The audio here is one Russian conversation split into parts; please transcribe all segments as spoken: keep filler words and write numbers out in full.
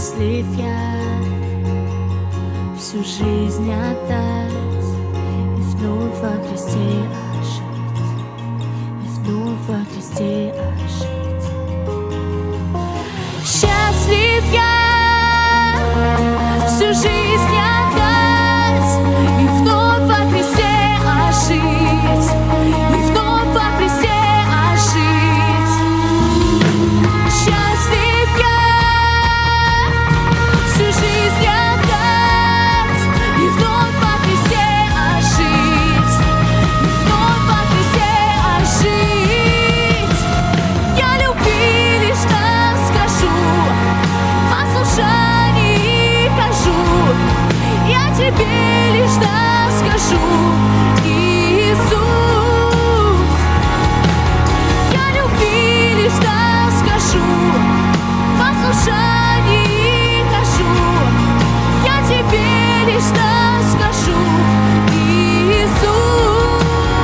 Счастлив я всю жизнь отдать и вновь во Христе ожить, и вновь во Христе ожить. Счастлив я всю жизнь отдать и вновь во Христе ожить, и вновь во Христе ожить. Счастлив я всю жизнь отдать и вновь во Христе ожить, и вновь во Христе ожить. Я любви лишь так скажу, послушании хожу. Я тебе лишь так скажу, Иисус. Я любви лишь так скажу, послушании хожу. Я тебе лишь так скажу, Иисус.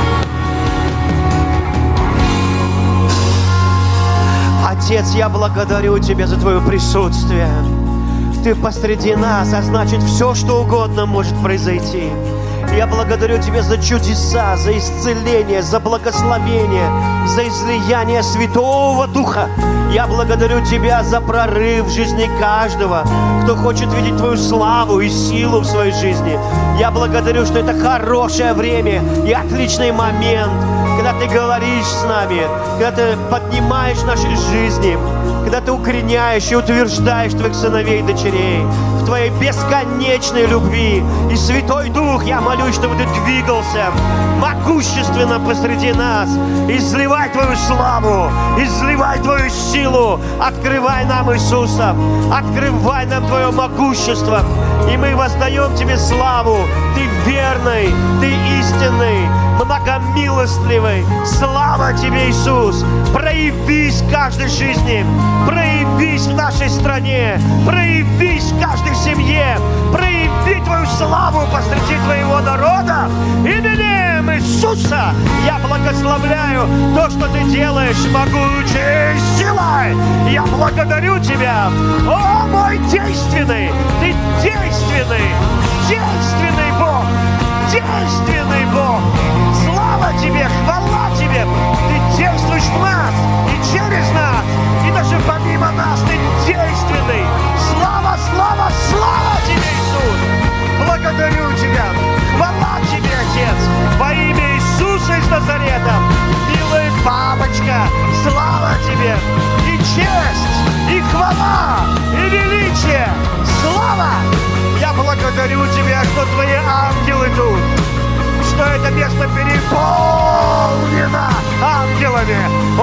Отец, я благодарю Тебя за Твое присутствие. Ты посреди нас, а значит, все, что угодно может произойти. Я благодарю Тебя за чудеса, за исцеление, за благословение, за излияние Святого Духа. Я благодарю Тебя за прорыв в жизни каждого, кто хочет видеть Твою славу и силу в своей жизни. Я благодарю, что это хорошее время и отличный момент, когда Ты говоришь с нами, когда Ты поднимаешь наши жизни, когда Ты укореняешь и утверждаешь Твоих сыновей и дочерей в Твоей бесконечной любви. И Святой Дух, я молюсь, чтобы Ты двигался могущественно посреди нас. Изливай Твою славу, изливай Твою силу, открывай нам Иисуса, открывай нам Твое могущество. И мы воздаем Тебе славу. Ты верный, Ты истинный, многомилостливый. Слава Тебе, Иисус! Проявись в каждой жизни, проявись в нашей стране, проявись в каждой семье, прояви Твою славу посреди Твоего народа. Именем Иисуса я благословляю то, что Ты делаешь могучей силой. Я благодарю Тебя, о мой действенный, Ты действенный, действенный Бог, действенный Бог. Слава Тебе, хвала Тебе, Ты действуешь в нас и через нас, и даже помимо нас Ты действенный. Слава, слава, слава Тебе, Иисус! Благодарю Тебя, хвала Тебе, Отец, во имя Иисуса из Назарета. Милая папочка, слава Тебе, и честь, и хвала, и величие, слава! Я благодарю Тебя, что Твои ангелы тут, что это место переполнено ангелами,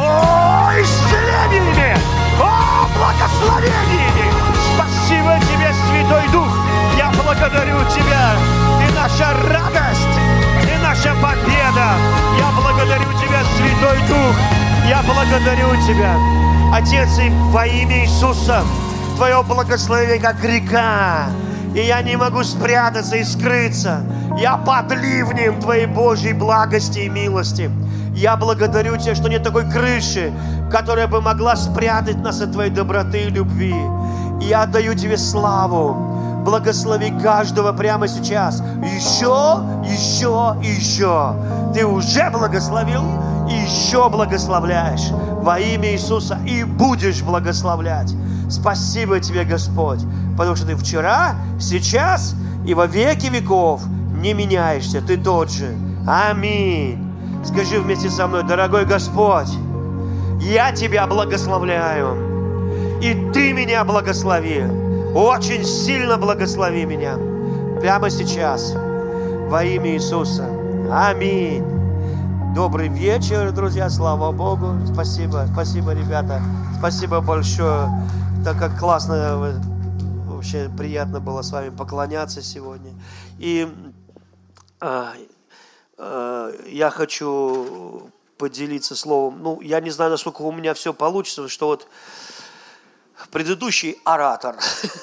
о, исцелениями, о, благословениями. Спасибо Тебе, Святой Дух. Я благодарю Тебя. Ты наша радость, Ты наша победа. Я благодарю Тебя, Святой Дух. Я благодарю Тебя, Отец, и во имя Иисуса Твое благословение как река. И я не могу спрятаться и скрыться. Я под ливнем Твоей Божьей благости и милости. Я благодарю Тебя, что нет такой крыши, которая бы могла спрятать нас от Твоей доброты и любви. И я отдаю Тебе славу. Благослови каждого прямо сейчас. Еще, еще и еще. Ты уже благословил и еще благословляешь во имя Иисуса. И будешь благословлять. Спасибо Тебе, Господь, потому что Ты вчера, сейчас и во веки веков не меняешься. Ты тот же. Аминь. Скажи вместе со мной: дорогой Господь, я Тебя благословляю, и Ты меня благослови. Очень сильно благослови меня прямо сейчас во имя Иисуса. Аминь. Добрый вечер, друзья, слава Богу. Спасибо, спасибо, ребята. Спасибо большое. Так как классно, вообще приятно было с вами поклоняться сегодня. И а, а, я хочу поделиться словом. Ну, я не знаю, насколько у меня все получится, что вот предыдущий оратор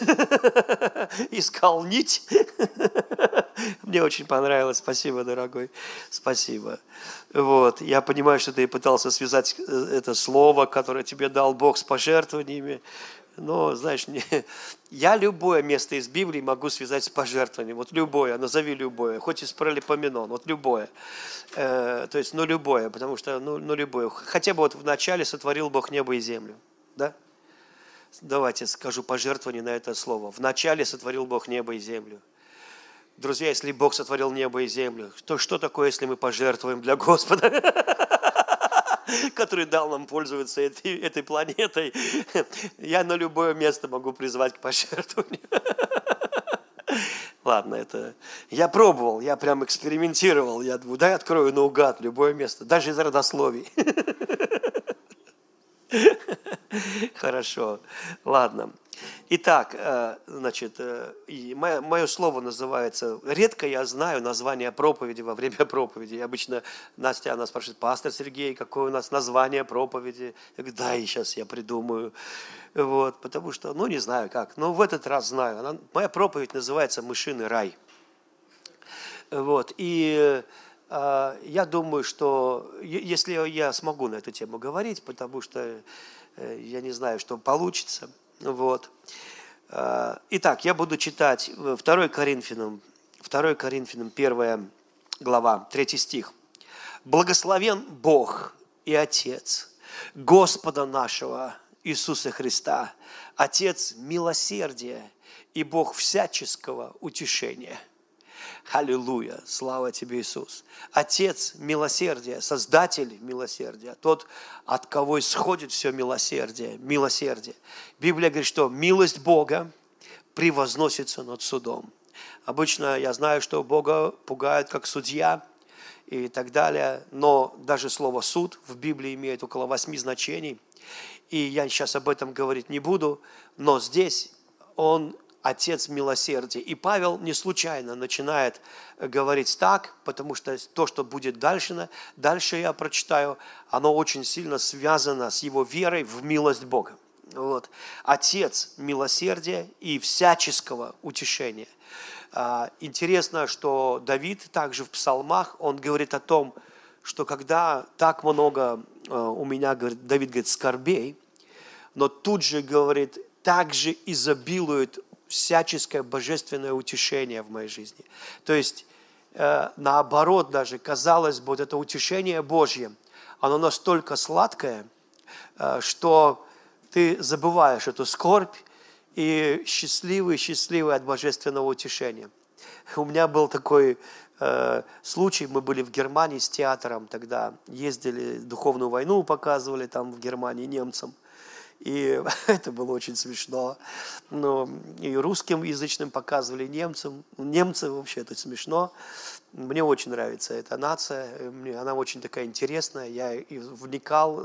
искал нить. Мне очень понравилось. Спасибо, дорогой. Спасибо. Вот. Я понимаю, что ты пытался связать это слово, которое тебе дал Бог, с пожертвованиями. Но, знаешь, не, я любое место из Библии могу связать с пожертвованием. Вот любое, назови любое, хоть из Паралипоменон, вот любое. Э, то есть, ну любое, потому что, ну, ну любое. Хотя бы вот в начале сотворил Бог небо и землю, да? Давайте скажу пожертвование на это слово. В начале сотворил Бог небо и землю. Друзья, если Бог сотворил небо и землю, то что такое, если мы пожертвуем для Господа, который дал нам пользоваться этой, этой планетой? Я на любое место могу призвать к пожертвованию. Ладно, это... Я пробовал, я прям экспериментировал. Я думаю, дай открою наугад любое место, даже из родословий. Хорошо, ладно. Итак, значит, мое слово называется, редко я знаю название проповеди во время проповеди. И обычно Настя, она спрашивает: пастор Сергей, какое у нас название проповеди? Я говорю, да, и сейчас я придумаю. Вот, потому что, ну, не знаю как, но в этот раз знаю. Она, моя проповедь называется «Мышиный рай». Вот, и э, я думаю, что если я смогу на эту тему говорить, потому что э, я не знаю, что получится. Вот. Итак, я буду читать второе Коринфянам, второе Коринфянам, первая глава, третий стих. «Благословен Бог и Отец Господа нашего Иисуса Христа, Отец милосердия и Бог всяческого утешения». Аллилуйя! Слава тебе, Иисус! Отец милосердия, Создатель милосердия, тот, от кого исходит все милосердие, милосердие. Библия говорит, что милость Бога превозносится над судом. Обычно я знаю, что Бога пугают как судья и так далее, но даже слово «суд» в Библии имеет около восьми значений, и я сейчас об этом говорить не буду, но здесь Он Отец милосердия. И Павел не случайно начинает говорить так, потому что то, что будет дальше, дальше я прочитаю, оно очень сильно связано с его верой в милость Бога. Вот. Отец милосердия и всяческого утешения. Интересно, что Давид также в псалмах, он говорит о том, что когда так много у меня, говорит, Давид говорит, скорбей, но тут же говорит, также изобилует всяческое божественное утешение в моей жизни. То есть, э, наоборот даже, казалось бы, вот это утешение Божье, оно настолько сладкое, э, что ты забываешь эту скорбь и счастливый, счастливый от божественного утешения. У меня был такой э, случай, мы были в Германии с театром тогда, ездили, духовную войну показывали там в Германии немцам. И это было очень смешно. Но и русским язычным показывали немцам. Немцы вообще это смешно. Мне очень нравится эта нация. Мне, она очень такая интересная. Я вникал,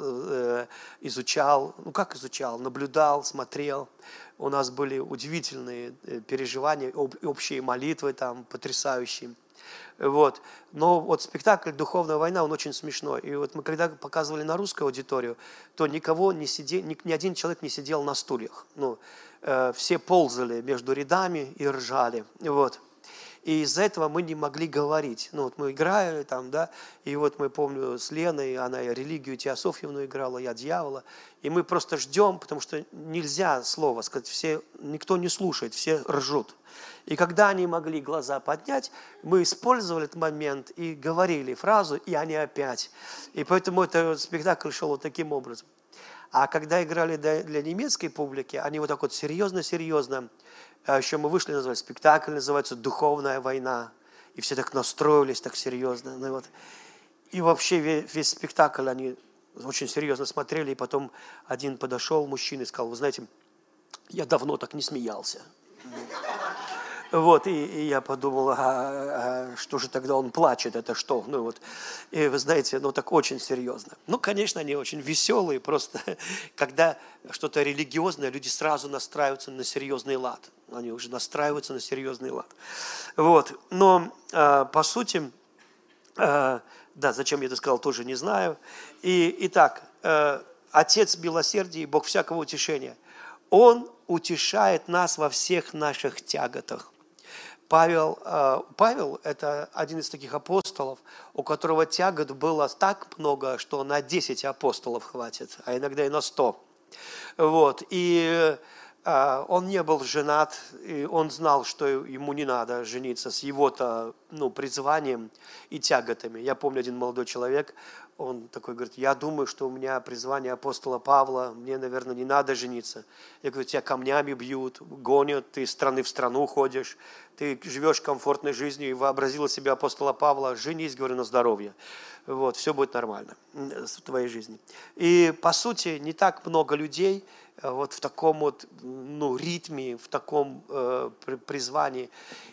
изучал. Ну как изучал? Наблюдал, смотрел. У нас были удивительные переживания, общие молитвы там потрясающие. Вот. Но вот спектакль «Духовная война», он очень смешной. И вот мы когда показывали на русскую аудиторию, то никого не сидел, ни, ни один человек не сидел на стульях. Ну, э, все ползали между рядами и ржали. Вот. И из-за этого мы не могли говорить. Ну, вот мы играли там, да, и вот мы, помню, с Леной, она религию Теософьевну играла, я дьявола, и мы просто ждем, потому что нельзя слово сказать, все, никто не слушает, все ржут. И когда они могли глаза поднять, мы использовали этот момент и говорили фразу, и они опять. И поэтому этот спектакль шел вот таким образом. А когда играли для немецкой публики, они вот так вот серьезно-серьезно, еще мы вышли, назвали спектакль, называется «Духовная война». И все так настроились, так серьезно. Ну, вот. И вообще весь, весь спектакль они очень серьезно смотрели. И потом один подошел, мужчина, и сказал, вы знаете, я давно так не смеялся. Вот, и, и я подумал, а, а что же тогда он плачет, это что? Ну вот, и вы знаете, ну так очень серьезно. Ну, конечно, они очень веселые, просто когда что-то религиозное, люди сразу настраиваются на серьезный лад. Они уже настраиваются на серьезный лад. Вот, но а, по сути, а, да, зачем я это сказал, тоже не знаю. И, итак, а, Отец милосердия и Бог всякого утешения, Он утешает нас во всех наших тяготах. Павел, Павел – это один из таких апостолов, у которого тягот было так много, что на десять апостолов хватит, а иногда и на сто. Вот. И А, Он не был женат, и он знал, что ему не надо жениться с его-то, ну, призванием и тяготами. Я помню, один молодой человек, он такой говорит: я думаю, что у меня призвание апостола Павла, мне, наверное, не надо жениться. Я говорю: тебя камнями бьют, гонят, ты из страны в страну ходишь, ты живешь комфортной жизнью и вообразила себя апостола Павла, женись, говорю, на здоровье. Вот, все будет нормально в твоей жизни. И, по сути, не так много людей вот в таком вот, ну, ритме, в таком э, призвании.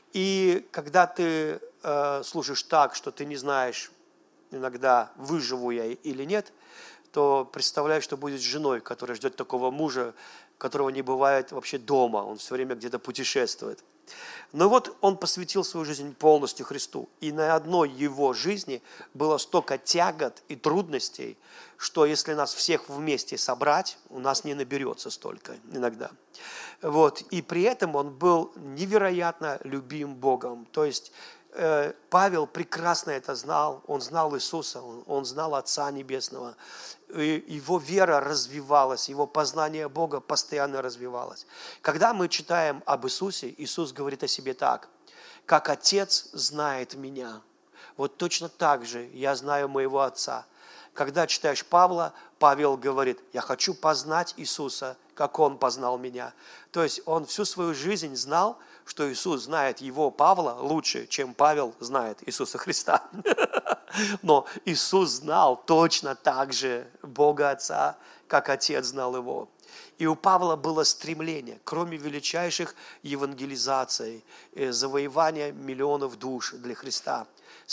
И когда ты э, служишь так, что ты не знаешь иногда, выживу я или нет, то представляешь, что будет с женой, которая ждет такого мужа, которого не бывает вообще дома, он все время где-то путешествует. Но вот он посвятил свою жизнь полностью Христу, и на одной его жизни было столько тягот и трудностей, что если нас всех вместе собрать, у нас не наберется столько иногда. Вот. И при этом он был невероятно любим Богом. То есть э, Павел прекрасно это знал, он знал Иисуса, он, он знал Отца Небесного. И его вера развивалась, его познание Бога постоянно развивалось. Когда мы читаем об Иисусе, Иисус говорит о себе так: «Как Отец знает меня, вот точно так же я знаю моего Отца». Когда читаешь Павла, Павел говорит: «Я хочу познать Иисуса, как Он познал меня». То есть он всю свою жизнь знал, что Иисус знает его, Павла, лучше, чем Павел знает Иисуса Христа. Но Иисус знал точно так же Бога Отца, как Отец знал Его. И у Павла было стремление, кроме величайших евангелизаций, завоевания миллионов душ для Христа.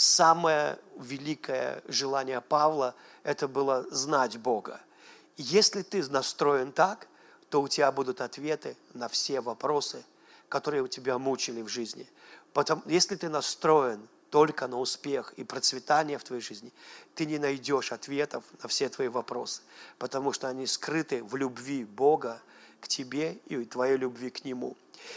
Самое великое желание Павла – это было знать Бога. Если ты настроен так, то у тебя будут ответы на все вопросы, которые у тебя мучили в жизни. Потому, если ты настроен только на успех и процветание в твоей жизни, ты не найдешь ответов на все твои вопросы, потому что они скрыты в любви Бога к тебе и твоей любви к Нему.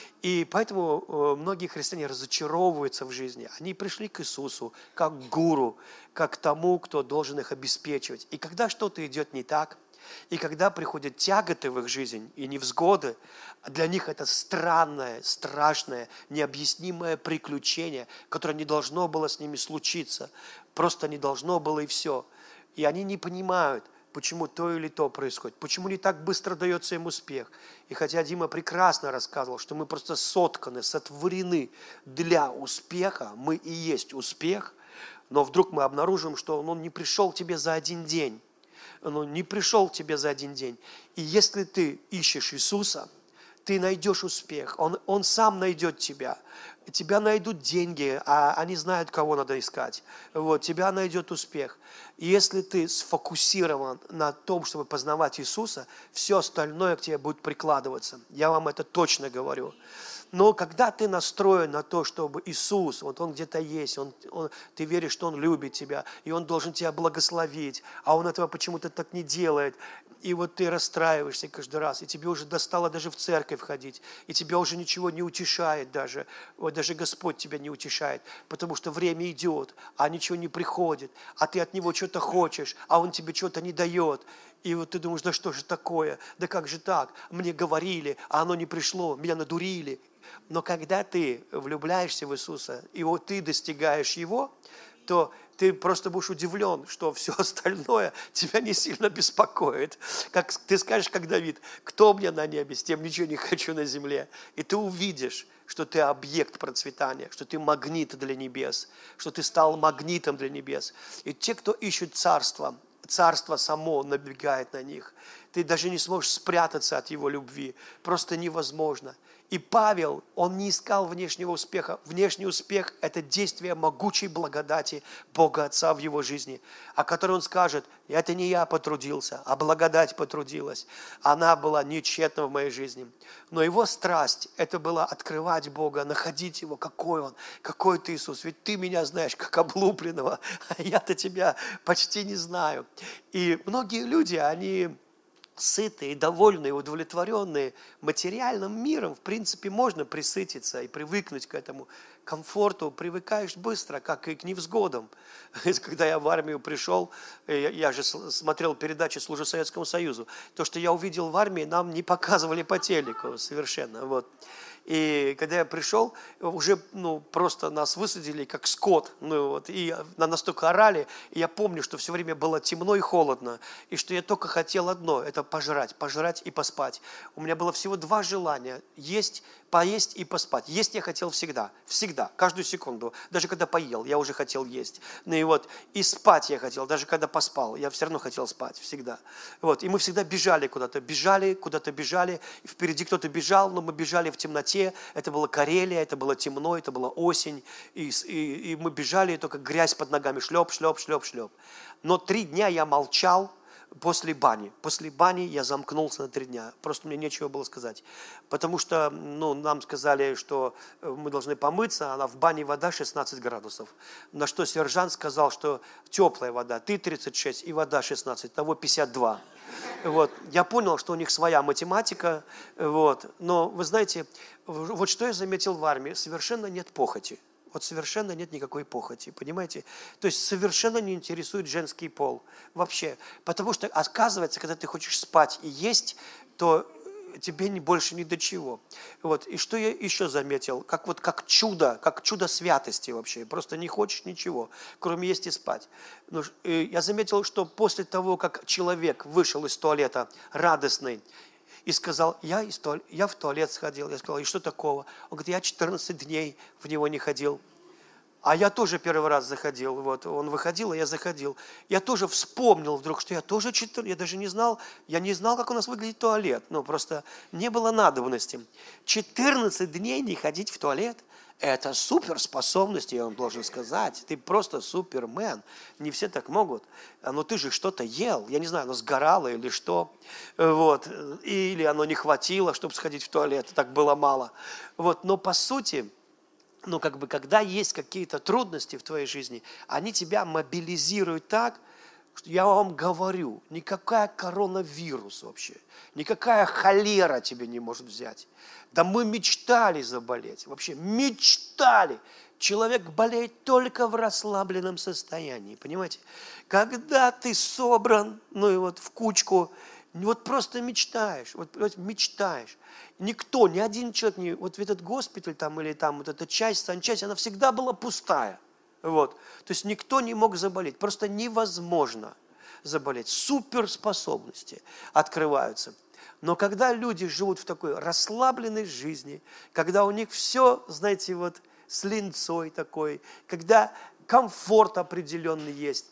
И поэтому многие христиане разочаровываются в жизни. Они пришли к Иисусу как к гуру, как к тому, кто должен их обеспечивать. И когда что-то идет не так, и когда приходят тяготы в их жизнь и невзгоды, для них это странное, страшное, необъяснимое приключение, которое не должно было с ними случиться, просто не должно было и все. И они не понимают, почему то или то происходит, почему не так быстро дается им успех. И хотя Дима прекрасно рассказывал, что мы просто сотканы, сотворены для успеха, мы и есть успех, но вдруг мы обнаружим, что он не пришел к тебе за один день. Он не пришел к тебе за один день. И если ты ищешь Иисуса, ты найдешь успех. Он, он сам найдет тебя. Тебя найдут деньги, а они знают, кого надо искать. Вот, тебя найдет успех. И если ты сфокусирован на том, чтобы познавать Иисуса, все остальное к тебе будет прикладываться. Я вам это точно говорю. Но когда ты настроен на то, чтобы Иисус, вот Он где-то есть, он, он, ты веришь, что Он любит тебя, и Он должен тебя благословить, а Он этого почему-то так не делает, и вот ты расстраиваешься каждый раз, и тебе уже достало даже в церковь ходить, и тебя уже ничего не утешает даже, вот даже Господь тебя не утешает, потому что время идет, а ничего не приходит, а ты от Него что-то хочешь, а Он тебе что-то не дает. И вот ты думаешь: да что же такое, да как же так, мне говорили, а оно не пришло, меня надурили. Но когда ты влюбляешься в Иисуса, и вот ты достигаешь Его, то ты просто будешь удивлен, что все остальное тебя не сильно беспокоит. Как ты скажешь, как Давид: кто мне на небе, с тем ничего не хочу на земле. И ты увидишь, что ты объект процветания, что ты магнит для небес, что ты стал магнитом для небес. И те, кто ищут царство, царство само набегает на них. Ты даже не сможешь спрятаться от Его любви. Просто невозможно. И Павел, он не искал внешнего успеха. Внешний успех – это действие могучей благодати Бога Отца в его жизни, о которой он скажет: это не я потрудился, а благодать потрудилась. Она была нечетна в моей жизни. Но его страсть – это было открывать Бога, находить Его, какой Он, какой Ты, Иисус. Ведь Ты меня знаешь как облупленного, а я-то Тебя почти не знаю. И многие люди, они сытые, довольные, удовлетворенные материальным миром, в принципе, можно присытиться и привыкнуть к этому комфорту. Привыкаешь быстро, как и к невзгодам. Когда я в армию пришел, я же смотрел передачи «Служу Советскому Союзу», то, что я увидел в армии, нам не показывали по телеку совершенно. Вот. И когда я пришел, уже ну, просто нас высадили как скот, ну, вот, и на настолько орали, и я помню, что все время было темно и холодно, и что я только хотел одно, это пожрать, пожрать и поспать. У меня было всего два желания, есть, поесть и поспать. Есть я хотел всегда, всегда, каждую секунду, даже когда поел, я уже хотел есть. Ну и вот, и спать я хотел, даже когда поспал, я все равно хотел спать, всегда. Вот, и мы всегда бежали куда-то, бежали, куда-то бежали, и впереди кто-то бежал, но мы бежали в темноте. Это была Карелия, это было темно, это была осень, и, и, и мы бежали, и только грязь под ногами, шлеп, шлеп, шлеп, шлеп. Но три дня я молчал после бани. После бани я замкнулся на три дня. Просто мне нечего было сказать. Потому что ну, нам сказали, что мы должны помыться, а в бане вода шестнадцать градусов. На что сержант сказал, что теплая вода, ты тридцать шесть и вода шестнадцать, того пятьдесят два. Вот. Я понял, что у них своя математика, вот. Но вы знаете, вот что я заметил в армии, совершенно нет похоти. Вот совершенно нет никакой похоти, понимаете? То есть совершенно не интересует женский пол вообще. Потому что, оказывается, когда ты хочешь спать и есть, то тебе не, больше ни до чего. Вот. И что я еще заметил? Как, вот, как чудо, как чудо святости вообще. Просто не хочешь ничего, кроме есть и спать. Ну, и я заметил, что после того, как человек вышел из туалета радостный, и сказал, я, из туалет, я в туалет сходил. Я сказал, и что такого? Он говорит, я четырнадцать дней в него не ходил. А я тоже первый раз заходил. Вот. Он выходил, а я заходил. Я тоже вспомнил вдруг, что я тоже четырнадцать, я даже не знал, я не знал, как у нас выглядит туалет. Ну, просто не было надобности. четырнадцать дней не ходить в туалет. Это суперспособность, я вам должен сказать. Ты просто супермен. Не все так могут. Но ты же что-то ел. Я не знаю, оно сгорало или что. Вот. Или оно не хватило, чтобы сходить в туалет. Так было мало. Вот. Но по сути, ну, как бы, когда есть какие-то трудности в твоей жизни, они тебя мобилизируют так, что я вам говорю, никакая коронавирус вообще, никакая холера тебя не может взять. Да мы мечтали заболеть, вообще мечтали. Человек болеет только в расслабленном состоянии, понимаете? Когда ты собран, ну и вот в кучку, вот просто мечтаешь, вот, вот мечтаешь. Никто, ни один человек, не, вот в этот госпиталь там или там вот эта часть, санчасть, она всегда была пустая. Вот. То есть никто не мог заболеть, просто невозможно заболеть. Суперспособности открываются. Но когда люди живут в такой расслабленной жизни, когда у них все, знаете, вот с линцой такой, когда комфорт определенный есть,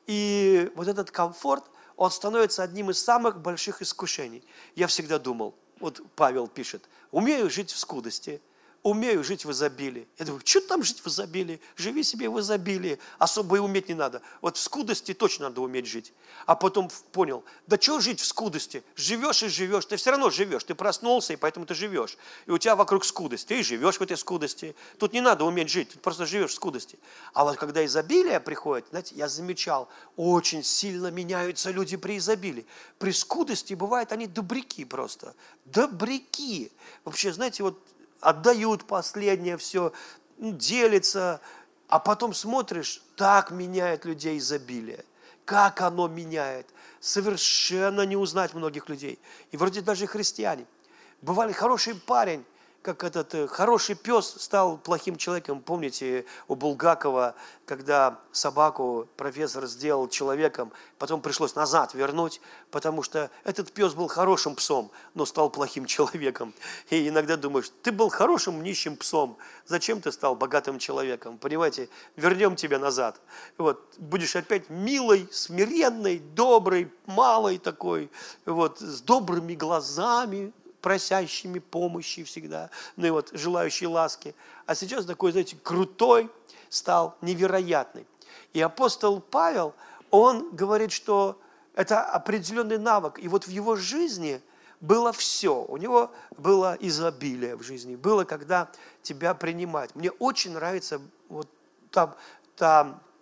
и вот этот комфорт, он становится одним из самых больших искушений. Я всегда думал, вот Павел пишет, умею жить в скудости, умею жить в изобилии. Я думаю, что там жить в изобилии? Живи себе в изобилии, особо и уметь не надо. Вот в скудости точно надо уметь жить. А потом понял, да что жить в скудости? Живешь и живешь, ты все равно живешь, ты проснулся, и поэтому ты живешь. И у тебя вокруг скудость, ты и живешь в этой скудости. Тут не надо уметь жить, ты просто живешь в скудости. А вот когда изобилие приходит, знаете, я замечал, очень сильно меняются люди при изобилии. При скудости бывает, они добряки просто. Добряки. Вообще, знаете, вот отдают последнее все, делятся, а потом смотришь, так меняет людей изобилие. Как оно меняет. Совершенно не узнать многих людей. И вроде даже христиане. Бывали хороший парень, как этот э, хороший пес стал плохим человеком. Помните у Булгакова, когда собаку профессор сделал человеком, потом пришлось назад вернуть, потому что этот пес был хорошим псом, но стал плохим человеком. И иногда думаешь, ты был хорошим нищим псом, зачем ты стал богатым человеком? Понимаете, вернем тебя назад. Вот, будешь опять милой, смиренной, доброй, малой такой, вот, с добрыми глазами, просящими помощи всегда, ну и вот желающий ласки. А сейчас такой, знаете, крутой стал, невероятный. И апостол Павел, он говорит, что это определенный навык. И вот в его жизни было все. У него было изобилие в жизни. Было, когда тебя принимать. Мне очень нравится вот та, та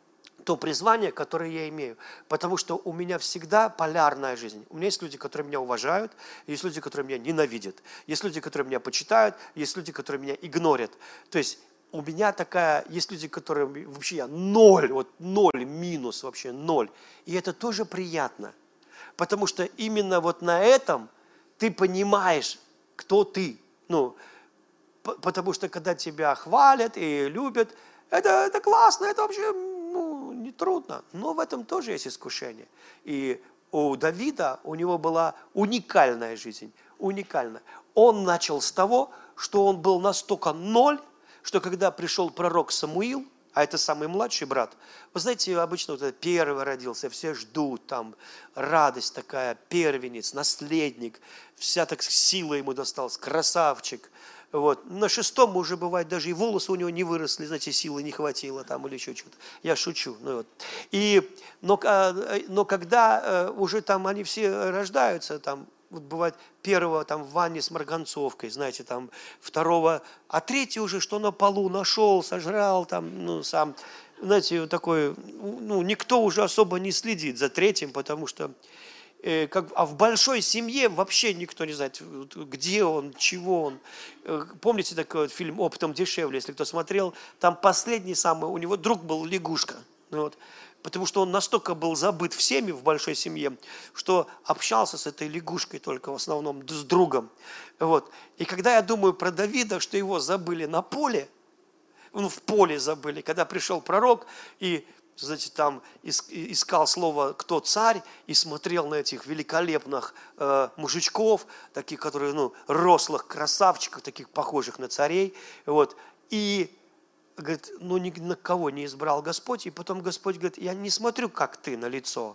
то призвание, которое я имею. Потому что у меня всегда полярная жизнь. У меня есть люди, которые меня уважают, есть люди, которые меня ненавидят, есть люди, которые меня почитают, есть люди, которые меня игнорят. То есть у меня такая, есть люди, которые вообще я ноль, вот ноль, минус вообще ноль. И это тоже приятно. Потому что именно вот на этом ты понимаешь, кто ты. Ну, потому что когда тебя хвалят и любят, это, это классно, это вообще ну, не трудно. Но в этом тоже есть искушение. И у Давида, у него была уникальная жизнь, уникальная. Он начал с того, что он был настолько ноль, что когда пришел пророк Самуил, а это самый младший брат, вы знаете, обычно вот это первый родился, все ждут, там радость такая, первенец, наследник, вся так сила ему досталась, красавчик. Вот. На шестом уже бывает, даже и волосы у него не выросли, знаете, силы не хватило там или еще что-то. Я шучу. Ну, вот. и, но, но когда уже там они все рождаются, там, вот бывает первого там в ванне с марганцовкой, знаете, там второго, а третий уже что на полу нашел, сожрал там, ну, сам, знаете, вот такой, ну, никто уже особо не следит за третьим, потому что, э, как, а в большой семье вообще никто не знает, где он, чего он. Э, помните такой вот фильм «Оптом дешевле», если кто смотрел, там последний самый, у него друг был лягушка, вот. Потому что он настолько был забыт всеми в большой семье, что общался с этой лягушкой только в основном с другом. Вот. И когда я думаю про Давида, что его забыли на поле, ну, в поле забыли, когда пришел пророк и, знаете, там искал слово «кто царь» и смотрел на этих великолепных э, мужичков, таких, которые, ну, рослых красавчиков, таких похожих на царей, вот, и говорит, ну ни на кого не избрал Господь. И потом Господь говорит, я не смотрю, как ты, на лицо.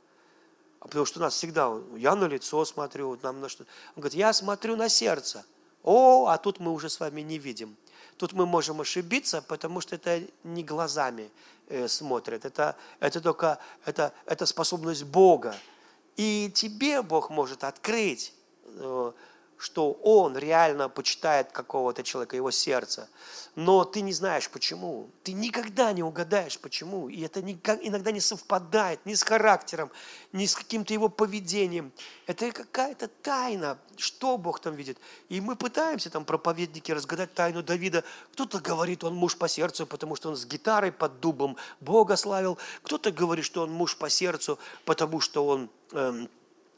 А потому что у нас всегда, я на лицо смотрю, нам на что. Он говорит, я смотрю на сердце. О, а тут мы уже с вами не видим. Тут мы можем ошибиться, потому что это не глазами э, смотрят. Это, это только это, это способность Бога. И тебе Бог может открыть, э, что Он реально почитает какого-то человека, его сердце. Но ты не знаешь, почему. Ты никогда не угадаешь, почему. И это никак, иногда не совпадает ни с характером, ни с каким-то его поведением. Это какая-то тайна, что Бог там видит. И мы пытаемся, там, проповедники, разгадать тайну Давида. Кто-то говорит, он муж по сердцу, потому что он с гитарой под дубом Бога славил. Кто-то говорит, что он муж по сердцу, потому что он... Эм,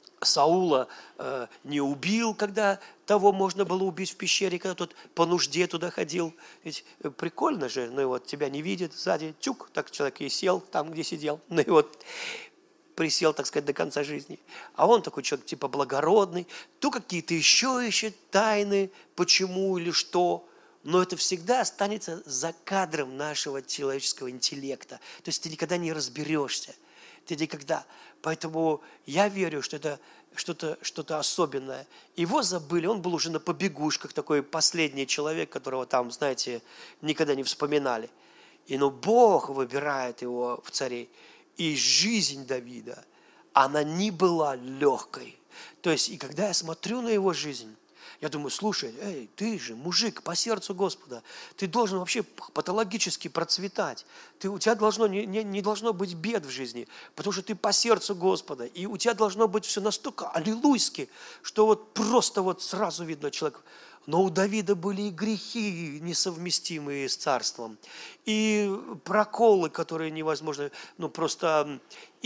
Саула э, не убил, когда того можно было убить в пещере, когда тот по нужде туда ходил. Ведь прикольно же, ну и вот тебя не видит сзади, тюк, так человек и сел там, где сидел, ну и вот присел, так сказать, до конца жизни. А он такой человек типа благородный, то какие-то еще ищет тайны, почему или что. Но это всегда останется за кадром нашего человеческого интеллекта. То есть ты никогда не разберешься. Ты никогда. Поэтому я верю, что это что-то, что-то особенное. Его забыли, он был уже на побегушках, такой последний человек, которого там, знаете, никогда не вспоминали. И но Бог выбирает его в царей. И жизнь Давида, она не была легкой. То есть, и когда я смотрю на его жизнь, я думаю, слушай, эй, ты же мужик по сердцу Господа, ты должен вообще патологически процветать. Ты, у тебя должно, не, не, не должно быть бед в жизни, потому что ты по сердцу Господа. И у тебя должно быть все настолько аллилуйски, что вот просто вот сразу видно человек. Но у Давида были и грехи, несовместимые с царством, и проколы, которые невозможно, ну просто,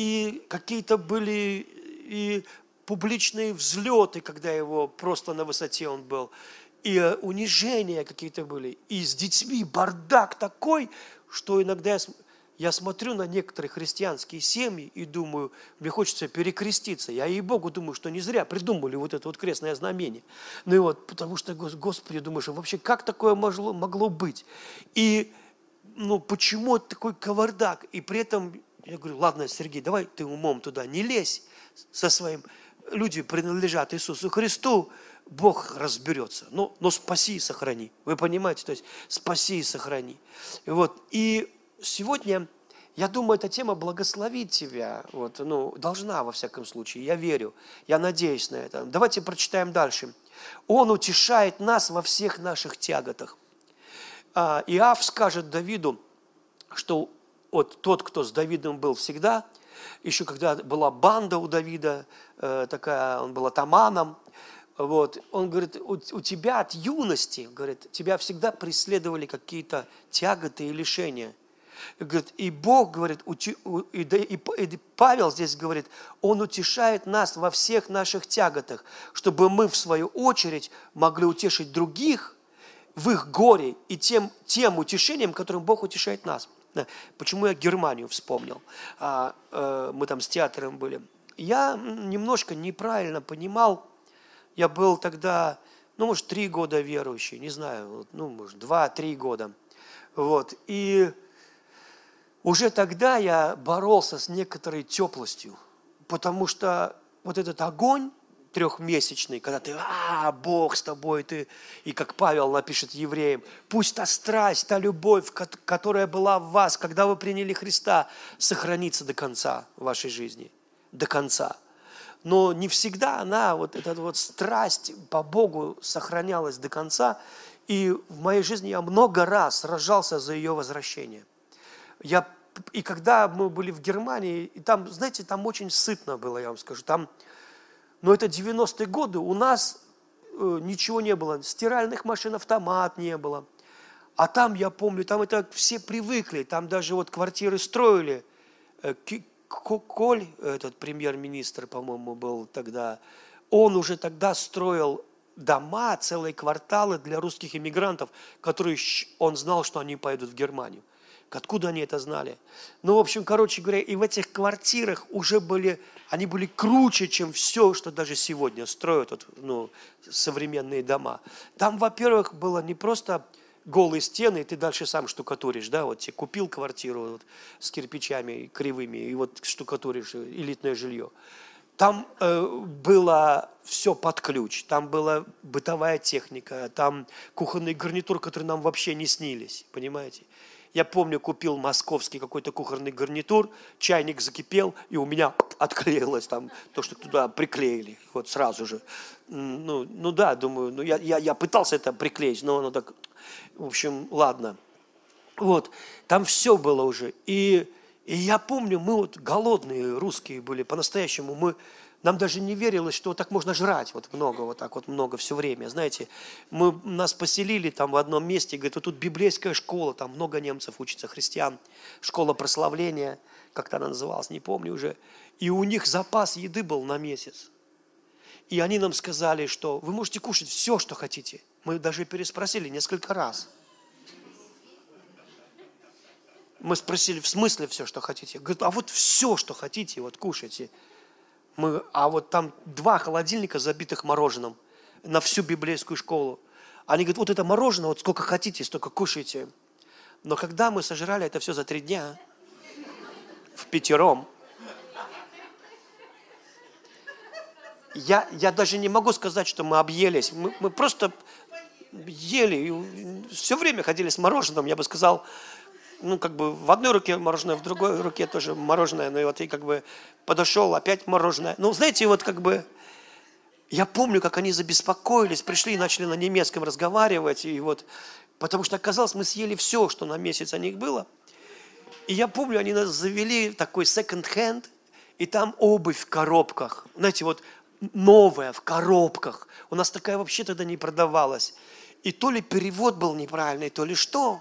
и какие-то были, и публичные взлеты, когда его просто на высоте он был, и унижения какие-то были, и с детьми бардак такой, что иногда я, я смотрю на некоторые христианские семьи и думаю, мне хочется перекреститься. Я, ей-богу, думаю, что не зря придумали вот это вот крестное знамение. Ну и вот, потому что, Господи, думаешь, вообще как такое могло, могло быть? И, ну, почему такой кавардак? И при этом, я говорю, ладно, Сергей, давай ты умом туда не лезь со своим... Люди принадлежат Иисусу Христу, Бог разберется. Но, но спаси и сохрани. Вы понимаете? То есть спаси и сохрани. И, вот, и сегодня, я думаю, эта тема благословит тебя. Вот, ну, должна, во всяком случае. Я верю. Я надеюсь на это. Давайте прочитаем дальше. Он утешает нас во всех наших тяготах. Иов скажет Давиду, что вот тот, кто с Давидом был всегда, еще когда была банда у Давида, э, такая, он был атаманом, вот, он говорит, у, у тебя от юности, говорит, тебя всегда преследовали какие-то тяготы и лишения. И, говорит, и Бог, говорит, ути, и, и, и Павел здесь говорит, Он утешает нас во всех наших тяготах, чтобы мы, в свою очередь, могли утешить других в их горе и тем, тем утешением, которым Бог утешает нас. Почему я Германию вспомнил? А, а, мы там с театром были. Я немножко неправильно понимал, я был тогда, ну, может, три года верующий, не знаю, ну, может, два-три года. Вот, и уже тогда я боролся с некоторой теплостью, потому что вот этот огонь трехмесячный, когда ты, а, Бог с тобой, ты, и как Павел напишет евреям, пусть та страсть, та любовь, которая была в вас, когда вы приняли Христа, сохранится до конца вашей жизни, до конца. Но не всегда она, вот эта вот страсть по Богу сохранялась до конца, и в моей жизни я много раз сражался за ее возвращение. Я, и когда мы были в Германии, и там, знаете, там очень сытно было, я вам скажу, там, но это девяностые годы, у нас э, ничего не было, стиральных машин, автомат не было. А там, я помню, там это все привыкли, там даже вот квартиры строили. Э, Коль, этот премьер-министр, по-моему, был тогда, он уже тогда строил дома, целые кварталы для русских иммигрантов, которые он знал, что они поедут в Германию. Откуда они это знали? Ну, в общем, короче говоря, и в этих квартирах уже были, они были круче, чем все, что даже сегодня строят вот, ну, современные дома. Там, во-первых, было не просто голые стены, и ты дальше сам штукатуришь, да, вот тебе купил квартиру вот, с кирпичами кривыми, и вот штукатуришь элитное жилье. Там э, было все под ключ, там была бытовая техника, там кухонный гарнитур, которые нам вообще не снились, понимаете? Я помню, купил московский какой-то кухонный гарнитур, чайник закипел, и у меня отклеилось там то, что туда приклеили, вот сразу же. Ну, ну да, думаю, ну я, я, я пытался это приклеить, но оно так, в общем, ладно. Вот, там все было уже. И, и я помню, мы вот голодные русские были, по-настоящему, мы... Нам даже не верилось, что вот так можно жрать вот много, вот так вот много все время. Знаете, мы, нас поселили там в одном месте, говорят, вот тут библейская школа, там много немцев учатся, христиан, школа прославления, как-то она называлась, не помню уже. И у них запас еды был на месяц. И они нам сказали, что вы можете кушать все, что хотите. Мы даже переспросили несколько раз. Мы спросили, в смысле все, что хотите? Говорят, а вот все, что хотите, вот кушайте. Мы, а вот там два холодильника, забитых мороженым, на всю библейскую школу. Они говорят, вот это мороженое, вот сколько хотите, столько кушайте. Но когда мы сожрали это все за три дня, в пятером, я, я даже не могу сказать, что мы объелись. Мы, мы просто ели, и все время ходили с мороженым, я бы сказал, ну, как бы в одной руке мороженое, в другой руке тоже мороженое, ну, и вот и как бы подошел, опять мороженое. Ну, знаете, вот как бы, я помню, как они забеспокоились, пришли и начали на немецком разговаривать, и вот, потому что оказалось, мы съели все, что на месяц о них было. И я помню, они нас завели в такой second-hand, и там обувь в коробках, знаете, вот новая в коробках. У нас такая вообще тогда не продавалась. И то ли перевод был неправильный, то ли что.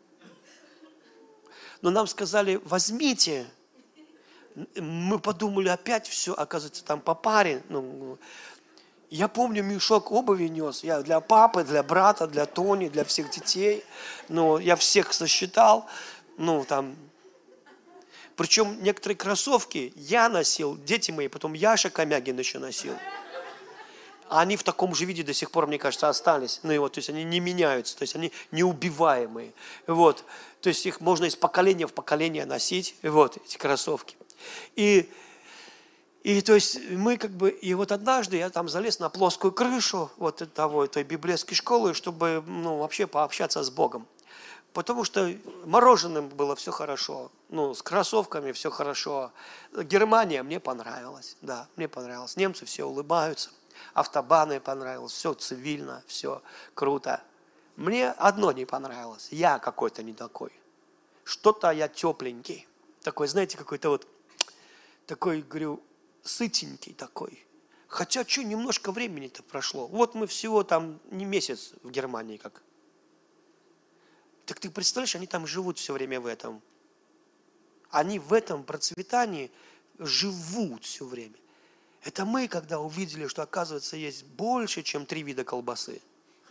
Но нам сказали, возьмите. Мы подумали, опять все, оказывается, там по паре. Ну, я помню, мешок обуви нес. Я для папы, для брата, для Тони, для всех детей. Ну, я всех сосчитал. Ну, там. Причем некоторые кроссовки я носил, дети мои, потом Яша Комягин еще носил. А они в таком же виде до сих пор, мне кажется, остались. Ну и вот, то есть они не меняются, то есть они неубиваемые. Вот. То есть их можно из поколения в поколение носить, вот, эти кроссовки. И, и то есть мы как бы, и вот однажды я там залез на плоскую крышу вот того, той библейской школы, чтобы, ну, вообще пообщаться с Богом. Потому что мороженым было все хорошо, ну, с кроссовками все хорошо. Германия мне понравилась, да, мне понравилось. Немцы все улыбаются, автобаны понравилось, все цивильно, все круто. Мне одно не понравилось, я какой-то не такой. что-то я тепленький. Такой, знаете, какой-то вот, такой, говорю, сытенький такой. Хотя, что, немножко времени-то прошло. Вот мы всего там не месяц в Германии как. Так ты представляешь, они там живут все время в этом. Они в этом процветании живут все время. Это мы, когда увидели, что, оказывается, есть больше, чем три вида колбасы.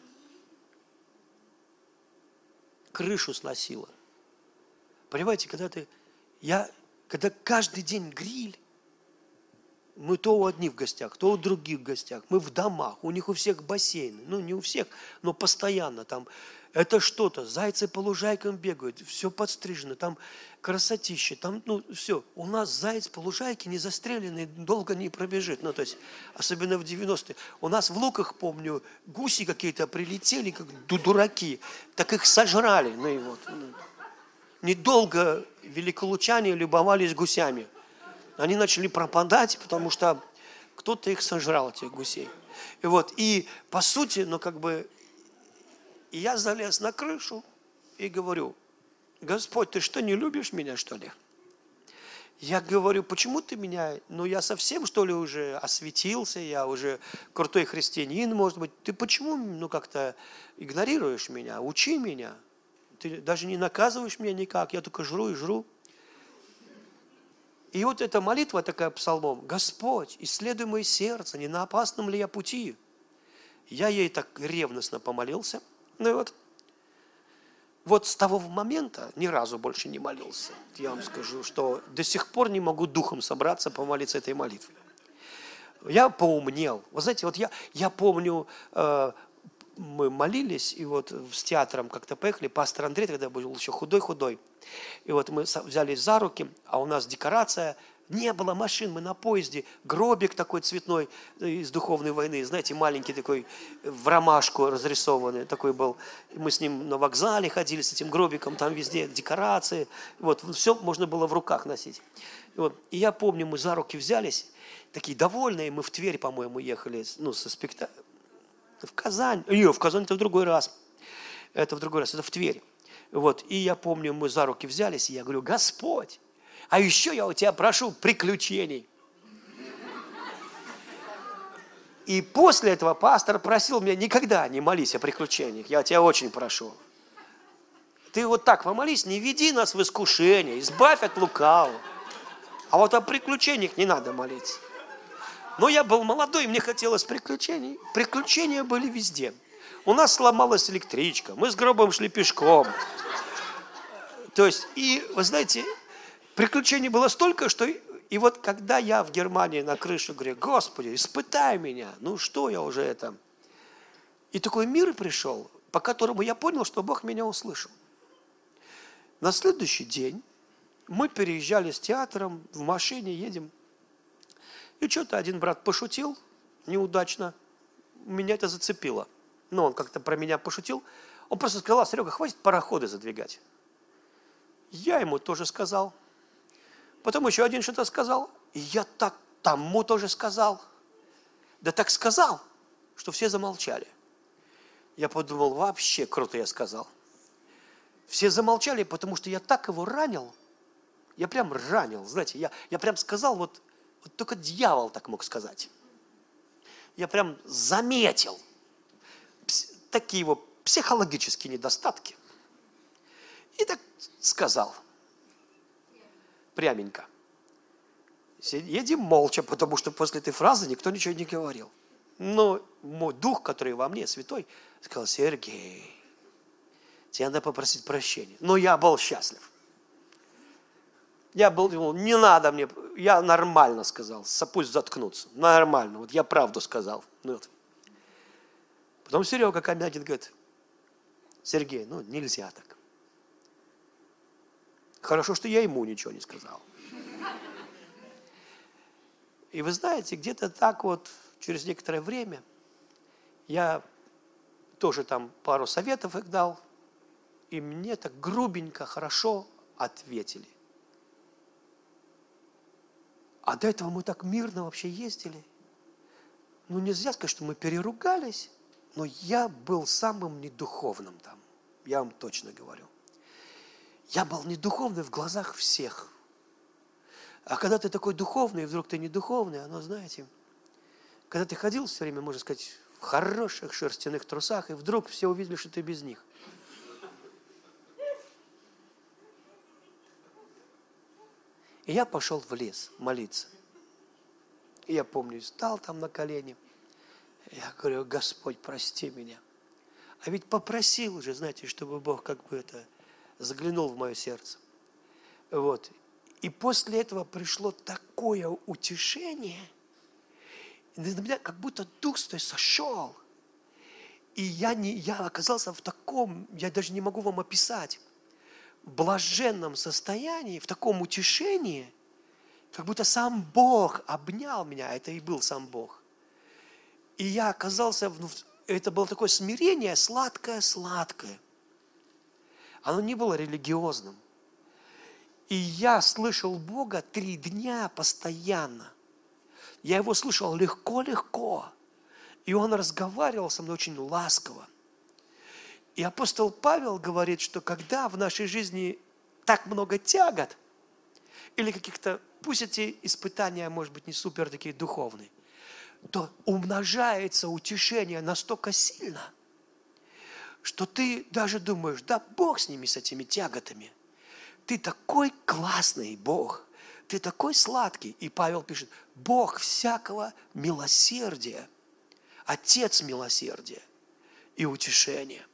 Крышу сносило. Понимаете, когда ты... Я, когда каждый день гриль, мы то у одних в гостях, то у других в гостях, мы в домах, у них у всех бассейны, ну не у всех, но постоянно там. Это что-то, зайцы по лужайкам бегают, все подстрижено, там красотища, там, ну, все. У нас заяц по лужайке не застреленный, долго не пробежит, ну, то есть, особенно в девяностые. У нас в Луках, помню, гуси какие-то прилетели, как дураки, так их сожрали, ну, и вот. Недолго великолучане любовались гусями. Они начали пропадать, потому что кто-то их сожрал, этих гусей. И вот, и по сути, ну, как бы, и я залез на крышу и говорю: Господь, ты что, не любишь меня, что ли? Я говорю: почему ты меня, ну я совсем, что ли, уже осветился, я уже крутой христианин, может быть, ты почему, ну как-то игнорируешь меня, учи меня, ты даже не наказываешь меня никак, я только жру и жру. И вот эта молитва такая псалмом: Господь, исследуй мое сердце, не на опасном ли я пути? Я ей так ревностно помолился. Ну и вот, вот с того момента ни разу больше не молился. Я вам скажу, что до сих пор не могу духом собраться помолиться этой молитвой. Я поумнел. Вы знаете, вот я, я помню, э, мы молились, и вот с театром как-то поехали, пастор Андрей тогда был еще худой-худой. И вот мы взялись за руки, а у нас декорация, не было машин, мы на поезде, гробик такой цветной из духовной войны, знаете, маленький такой, в ромашку разрисованный такой был. И мы с ним на вокзале ходили, с этим гробиком, там везде декорации, вот, все можно было в руках носить. И, вот, и я помню, мы за руки взялись, такие довольные, мы в Тверь, по-моему, ехали, ну, со спектаклем, в Казань, не, в Казань это в другой раз, это в другой раз, это в Тверь. Вот, и я помню, мы за руки взялись, и я говорю: Господь, а еще я у тебя прошу приключений. И после этого пастор просил меня: никогда не молись о приключениях, я тебя очень прошу. Ты вот так помолись, не веди нас в искушение, избавь от лукавого. А вот о приключениях не надо молиться. Но я был молодой, мне хотелось приключений. Приключения были везде. У нас сломалась электричка, мы с гробом шли пешком. То есть, и вы знаете, приключений было столько, что... И вот когда я в Германии на крыше говорю: Господи, испытай меня, ну что я уже это... И такой мир пришел, по которому я понял, что Бог меня услышал. На следующий день мы переезжали с театром, в машине едем. И что-то один брат пошутил неудачно, меня это зацепило. Ну, он как-то про меня пошутил. Он просто сказал: Серега, хватит пароходы задвигать. Я ему тоже сказал. Потом еще один что-то сказал. И я так тому тоже сказал. Да так сказал, что все замолчали. Я подумал: вообще круто я сказал. Все замолчали, потому что я так его ранил. Я прям ранил, знаете, я, я прям сказал, вот, вот только дьявол так мог сказать. Я прям заметил такие его психологические недостатки. И так сказал, пряменько. Едем молча, потому что после этой фразы никто ничего не говорил. Но мой дух, который во мне, святой, сказал: Сергей, тебе надо попросить прощения. Но я был счастлив. Я был, думал, не надо мне, я нормально сказал, пусть заткнутся, нормально, вот я правду сказал. Ну, вот. Потом Серега Камякин говорит: Сергей, ну нельзя так. Хорошо, что я ему ничего не сказал. И вы знаете, где-то так вот, через некоторое время, я тоже там пару советов их дал, и мне так грубенько, хорошо ответили. А до этого мы так мирно вообще ездили. Ну, нельзя сказать, что мы переругались, но я был самым недуховным там, я вам точно говорю. я был не духовный в глазах всех. А когда ты такой духовный, и вдруг ты не духовный, оно, знаете, когда ты ходил все время, можно сказать, в хороших шерстяных трусах, и вдруг все увидели, что ты без них. И я пошел в лес молиться. И я помню, стал там на колени. Я говорю: Господь, прости меня. А ведь попросил уже, знаете, чтобы Бог как бы это заглянул в мое сердце. Вот. И после этого пришло такое утешение. И на меня как будто Дух Святой сошел. И я, не, я оказался в таком, я даже не могу вам описать, блаженном состоянии, в таком утешении, как будто сам Бог обнял меня. Это и был сам Бог. И я оказался, в, это было такое смирение, сладкое-сладкое. Оно не было религиозным. И я слышал Бога три дня постоянно. Я Его слышал легко-легко. И Он разговаривал со мной очень ласково. И апостол Павел говорит, что когда в нашей жизни так много тягот, или каких-то, пусть эти испытания, может быть, не супер такие духовные, то умножается утешение настолько сильно, что ты даже думаешь: да Бог с ними, с этими тяготами. Ты такой классный Бог, ты такой сладкий. И Павел пишет: Бог всякого милосердия, Отец милосердия и утешения.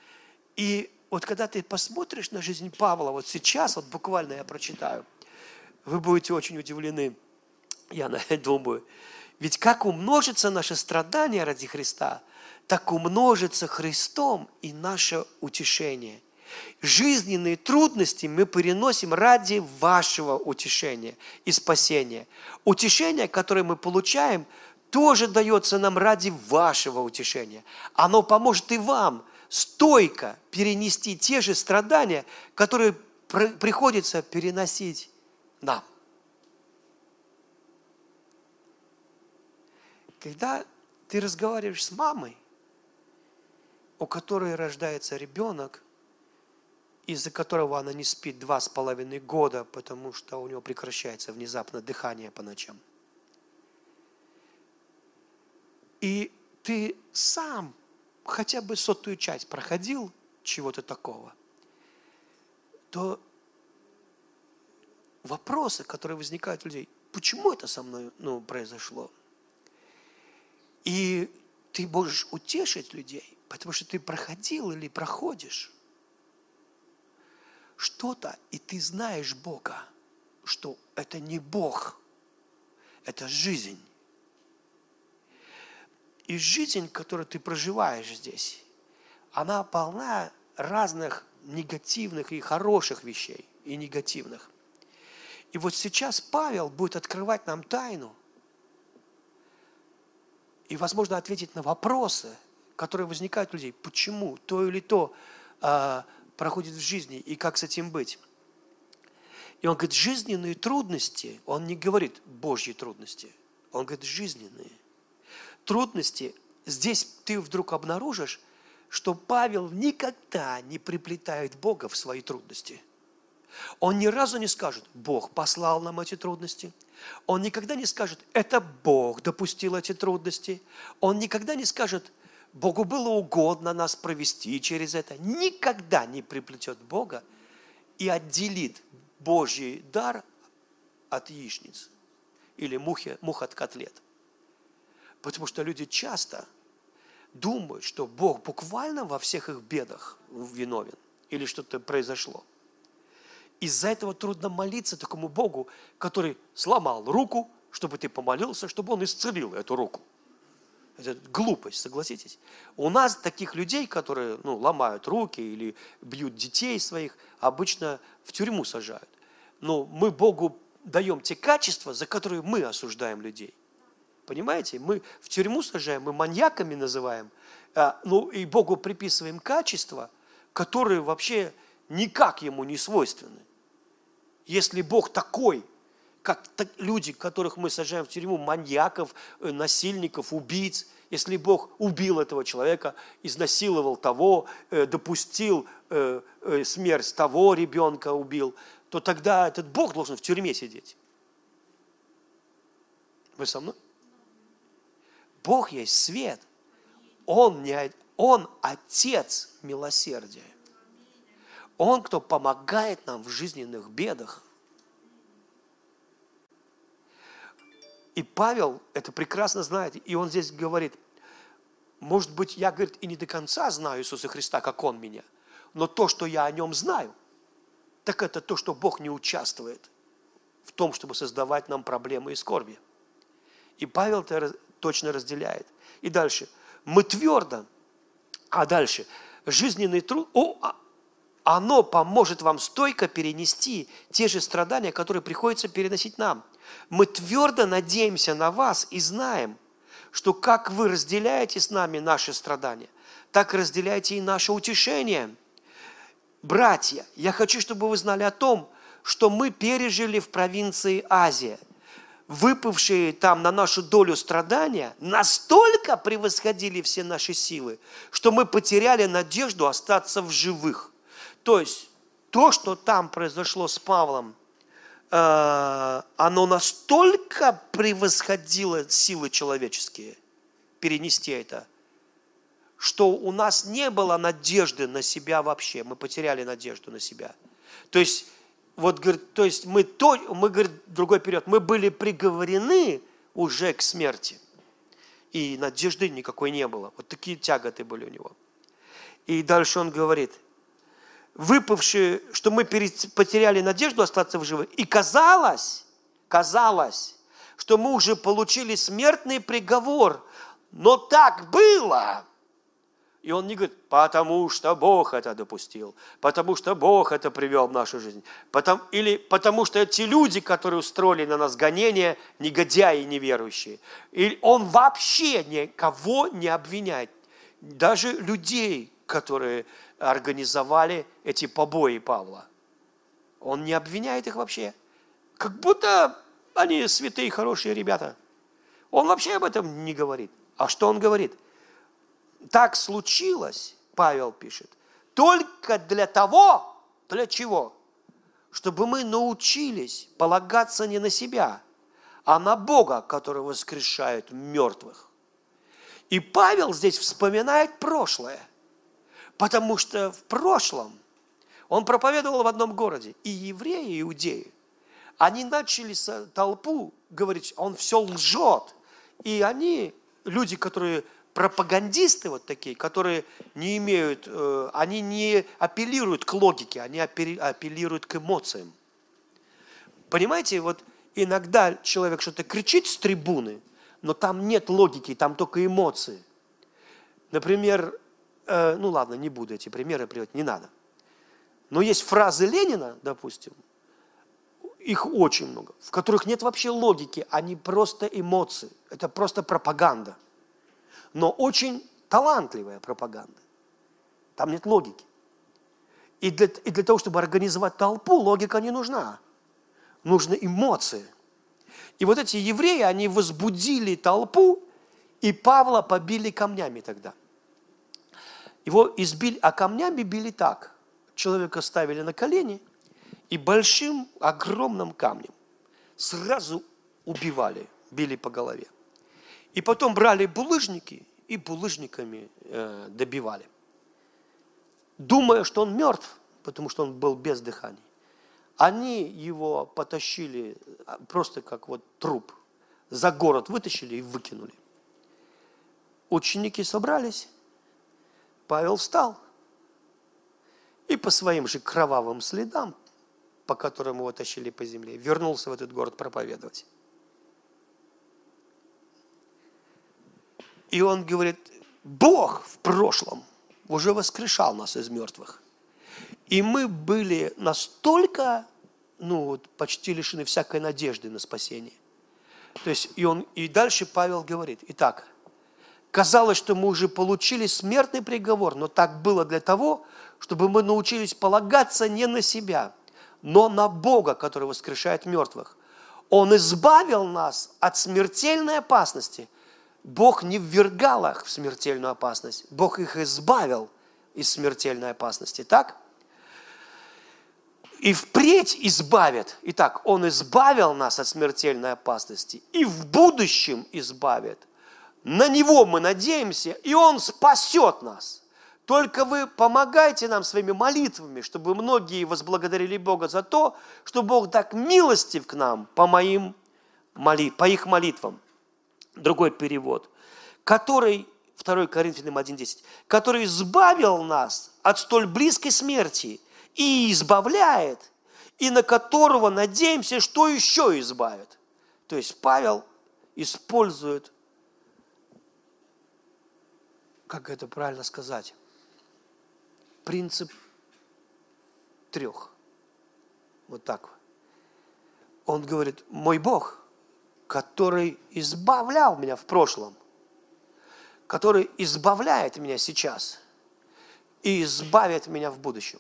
И вот когда ты посмотришь на жизнь Павла, вот сейчас, вот буквально я прочитаю, вы будете очень удивлены, я думаю. Ведь как умножится наше страдание ради Христа, так умножится Христом и наше утешение. Жизненные трудности мы переносим ради вашего утешения и спасения. Утешение, которое мы получаем, тоже дается нам ради вашего утешения. Оно поможет и вам стойко перенести те же страдания, которые приходится переносить нам. Когда ты разговариваешь с мамой, у которой рождается ребенок, из-за которого она не спит два с половиной года, потому что у него прекращается внезапно дыхание по ночам. И ты сам хотя бы сотую часть проходил чего-то такого, то вопросы, которые возникают у людей: почему это со мной ну, произошло? И ты можешь утешить людей, потому что ты проходил или проходишь что-то, и ты знаешь Бога, что это не Бог, это жизнь. И жизнь, которую ты проживаешь здесь, она полна разных негативных и хороших вещей, и негативных. И вот сейчас Павел будет открывать нам тайну и, возможно, ответить на вопросы, которые возникают у людей. Почему то или то э, проходит в жизни, и как с этим быть. И он говорит, жизненные трудности, он не говорит Божьи трудности, он говорит жизненные. Трудности, здесь ты вдруг обнаружишь, что Павел никогда не приплетает Бога в свои трудности. Он ни разу не скажет, Бог послал нам эти трудности. Он никогда не скажет, это Бог допустил эти трудности. Он никогда не скажет, Богу было угодно нас провести через это. Никогда не приплетет Бога и отделит Божий дар от яичниц или мухи, мух от котлет. Потому что люди часто думают, что Бог буквально во всех их бедах виновен или что-то произошло. Из-за этого трудно молиться такому Богу, который сломал руку, чтобы ты помолился, чтобы Он исцелил эту руку. Это глупость, согласитесь. У нас таких людей, которые ну, ломают руки или бьют детей своих, обычно в тюрьму сажают. Но мы Богу даем те качества, за которые мы осуждаем людей. Понимаете? Мы в тюрьму сажаем, мы маньяками называем, а, ну и Богу приписываем качества, которые вообще никак Ему не свойственны. Если Бог такой, как люди, которых мы сажаем в тюрьму, маньяков, насильников, убийц, если Бог убил этого человека, изнасиловал того, допустил смерть того ребенка, убил, то тогда этот Бог должен в тюрьме сидеть. Вы со мной? Бог есть свет. Он, не, он Отец милосердия. Он, кто помогает нам в жизненных бедах. И Павел это прекрасно знает. И он здесь говорит, может быть, я, говорит, и не до конца знаю Иисуса Христа, как Он меня, но то, что я о Нем знаю, так это то, что Бог не участвует в том, чтобы создавать нам проблемы и скорби. И Павел это точно разделяет. И дальше. Мы твердо, а дальше. Жизненный труд, о, оно поможет вам стойко перенести те же страдания, которые приходится переносить нам. Мы твердо надеемся на вас и знаем, что как вы разделяете с нами наши страдания, так разделяете и наше утешение. Братья, я хочу, чтобы вы знали о том, что мы пережили в провинции Азия. Выпавшие там на нашу долю страдания настолько превосходили все наши силы, что мы потеряли надежду остаться в живых. То есть то, что там произошло с Павлом, э, оно настолько превосходило силы человеческие перенести это, что у нас не было надежды на себя вообще. Мы потеряли надежду на себя. То есть Вот, говорит, то есть мы, то, мы, говорит, другой период, мы были приговорены уже к смерти. И надежды никакой не было. Вот такие тяготы были у него. И дальше он говорит, выпавшие, что мы потеряли надежду остаться в живых. И казалось, казалось, что мы уже получили смертный приговор. Но так было. И он не говорит, потому что Бог это допустил, потому что Бог это привел в нашу жизнь, потому, или потому что эти люди, которые устроили на нас гонения, негодяи неверующие. И он вообще никого не обвиняет, даже людей, которые организовали эти побои Павла. Он не обвиняет их вообще, как будто они святые, хорошие ребята. Он вообще об этом не говорит. А что он говорит? Так случилось, Павел пишет, только для того, для чего? Чтобы мы научились полагаться не на себя, а на Бога, который воскрешает мертвых. И Павел здесь вспоминает прошлое, потому что в прошлом он проповедовал в одном городе, и евреи, и иудеи, они начали толпу говорить, он все лжет, и они, люди, которые... пропагандисты вот такие, которые не имеют, э, они не апеллируют к логике, они апеллируют к эмоциям. Понимаете, вот иногда человек что-то кричит с трибуны, но там нет логики, там только эмоции. Например, э, ну ладно, не буду эти примеры приводить, не надо. Но есть фразы Ленина, допустим, их очень много, в которых нет вообще логики, они просто эмоции, это просто пропаганда. Но очень талантливая пропаганда. Там нет логики. И для, и для того, чтобы организовать толпу, логика не нужна. Нужны эмоции. И вот эти евреи, они возбудили толпу, и Павла побили камнями тогда. Его избили, а камнями били так. Человека ставили на колени, и большим, огромным камнем сразу убивали, били по голове. И потом брали булыжники и булыжниками э, добивали. Думая, что он мертв, потому что он был без дыхания, они его потащили просто как вот труп, за город вытащили и выкинули. Ученики собрались, Павел встал и по своим же кровавым следам, по которым его тащили по земле, вернулся в этот город проповедовать. И он говорит, Бог в прошлом уже воскрешал нас из мертвых. И мы были настолько, ну вот, почти лишены всякой надежды на спасение. То есть, и, он, и дальше Павел говорит, итак, казалось, что мы уже получили смертный приговор, но так было для того, чтобы мы научились полагаться не на себя, но на Бога, который воскрешает мертвых. Он избавил нас от смертельной опасности. Бог не ввергал их в смертельную опасность. Бог их избавил из смертельной опасности. Так? И впредь избавит. Итак, Он избавил нас от смертельной опасности. И в будущем избавит. На Него мы надеемся, и Он спасет нас. Только вы помогайте нам своими молитвами, чтобы многие возблагодарили Бога за то, что Бог так милостив к нам по, моим моли... по их молитвам. Другой перевод. Который, второе Коринфянам один десять, который избавил нас от столь близкой смерти и избавляет, и на которого надеемся, что еще избавит. То есть Павел использует, как это правильно сказать, принцип трех. Вот так. Он говорит, мой Бог, который избавлял меня в прошлом, который избавляет меня сейчас и избавит меня в будущем.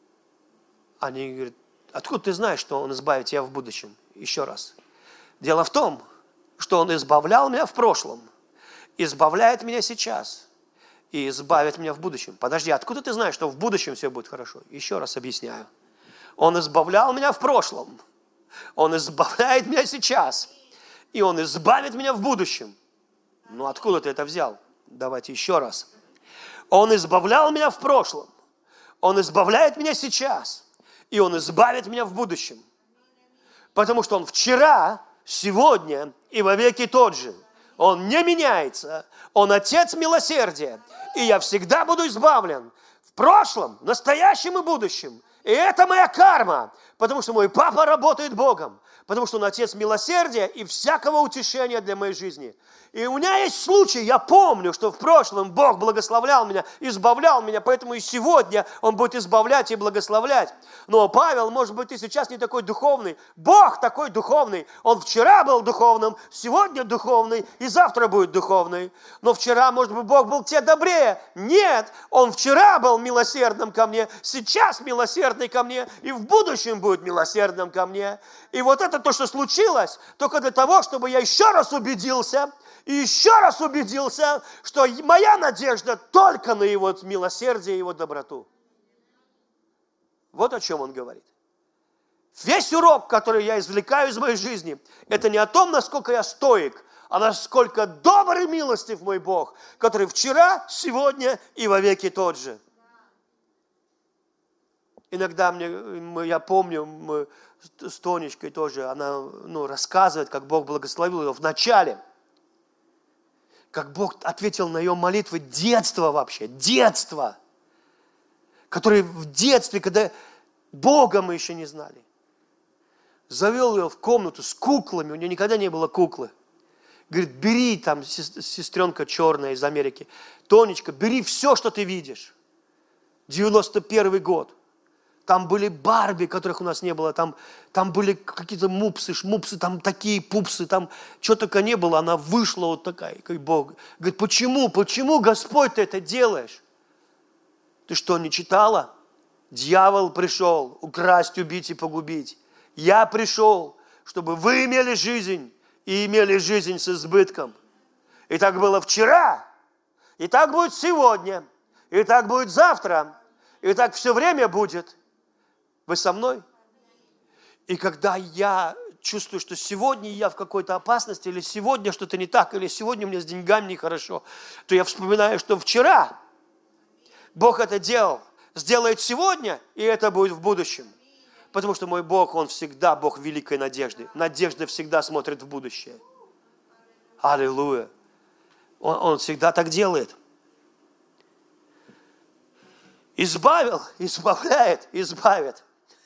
Они говорят, откуда ты знаешь, что Он избавит тебя в будущем? Еще раз. Дело в том, что Он избавлял меня в прошлом, избавляет меня сейчас и избавит меня в будущем. Подожди, откуда ты знаешь, что в будущем все будет хорошо? Еще раз объясняю. Он избавлял меня в прошлом, Он избавляет меня сейчас, и Он избавит меня в будущем. Ну откуда ты это взял? Давайте еще раз. Он избавлял меня в прошлом, Он избавляет меня сейчас, и Он избавит меня в будущем. Потому что Он вчера, сегодня и вовеки тот же. Он не меняется. Он Отец милосердия. И я всегда буду избавлен в прошлом, настоящем и будущем. И это моя карма, потому что мой папа работает Богом, потому что Он Отец милосердия и всякого утешения для моей жизни. И у меня есть случай, я помню, что в прошлом Бог благословлял меня, избавлял меня, поэтому и сегодня Он будет избавлять и благословлять. Но Павел, может быть, ты сейчас не такой духовный. Бог такой духовный. Он вчера был духовным, сегодня духовный и завтра будет духовный. Но вчера, может быть, Бог был к тебе добрее. Нет, Он вчера был милосердным ко мне, сейчас милосердный ко мне и в будущем будет милосердным ко мне. И вот это то, что случилось, только для того, чтобы я еще раз убедился, и еще раз убедился, что моя надежда только на Его милосердие и Его доброту. Вот о чем он говорит. Весь урок, который я извлекаю из моей жизни, это не о том, насколько я стоик, а насколько добр и милостив мой Бог, который вчера, сегодня и вовеки тот же. Иногда мне, мы, я помню, мы с Тонечкой тоже, она ну, рассказывает, как Бог благословил ее в начале. Как Бог ответил на ее молитвы, детство вообще, детство, которые в детстве, когда Бога мы еще не знали. Завел ее в комнату с куклами, у нее никогда не было куклы. Говорит, бери там, сестренка черная из Америки, Тонечка, бери все, что ты видишь. девяносто первый год. Там были Барби, которых у нас не было, там, там были какие-то мупсы, шмупсы, там такие пупсы, там что только не было, она вышла вот такая, как Бог. Говорит, почему, почему, Господь, ты это делаешь? Ты что, не читала? Дьявол пришел украсть, убить и погубить. Я пришел, чтобы вы имели жизнь и имели жизнь с избытком. И так было вчера, и так будет сегодня, и так будет завтра, и так все время будет. Вы со мной? И когда я чувствую, что сегодня я в какой-то опасности, или сегодня что-то не так, или сегодня у меня с деньгами нехорошо, то я вспоминаю, что вчера Бог это делал, сделает сегодня, и это будет в будущем. Потому что мой Бог, Он всегда Бог великой надежды. Надежда всегда смотрит в будущее. Аллилуйя. Он, он всегда так делает. Избавил, избавляет, избавит.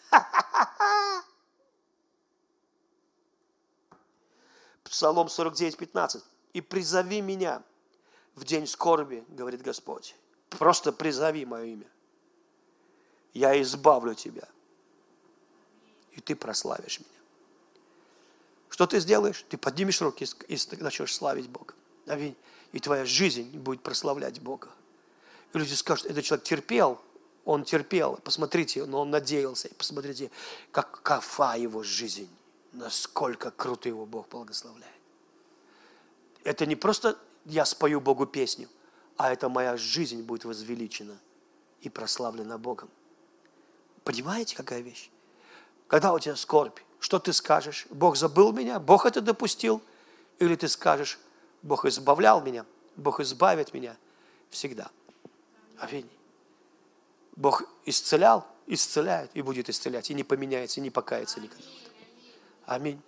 Псалом сорок девять, пятнадцать. «И призови меня в день скорби, говорит Господь. Просто призови мое имя. Я избавлю тебя, и ты прославишь меня». Что ты сделаешь? Ты поднимешь руки и начнешь славить Бога. Аминь. И твоя жизнь будет прославлять Бога. И люди скажут, этот человек терпел, он терпел, посмотрите, но он надеялся. Посмотрите, какова его жизнь. насколько круто его Бог благословляет. Это не просто я спою Богу песню, а это моя жизнь будет возвеличена и прославлена Богом. Понимаете, какая вещь? Когда у тебя скорбь, что ты скажешь? Бог забыл меня? Бог это допустил? Или ты скажешь, Бог избавлял меня, Бог избавит меня всегда. Аминь. Бог исцелял, исцеляет и будет исцелять, и не поменяется, и не покается никогда. Аминь.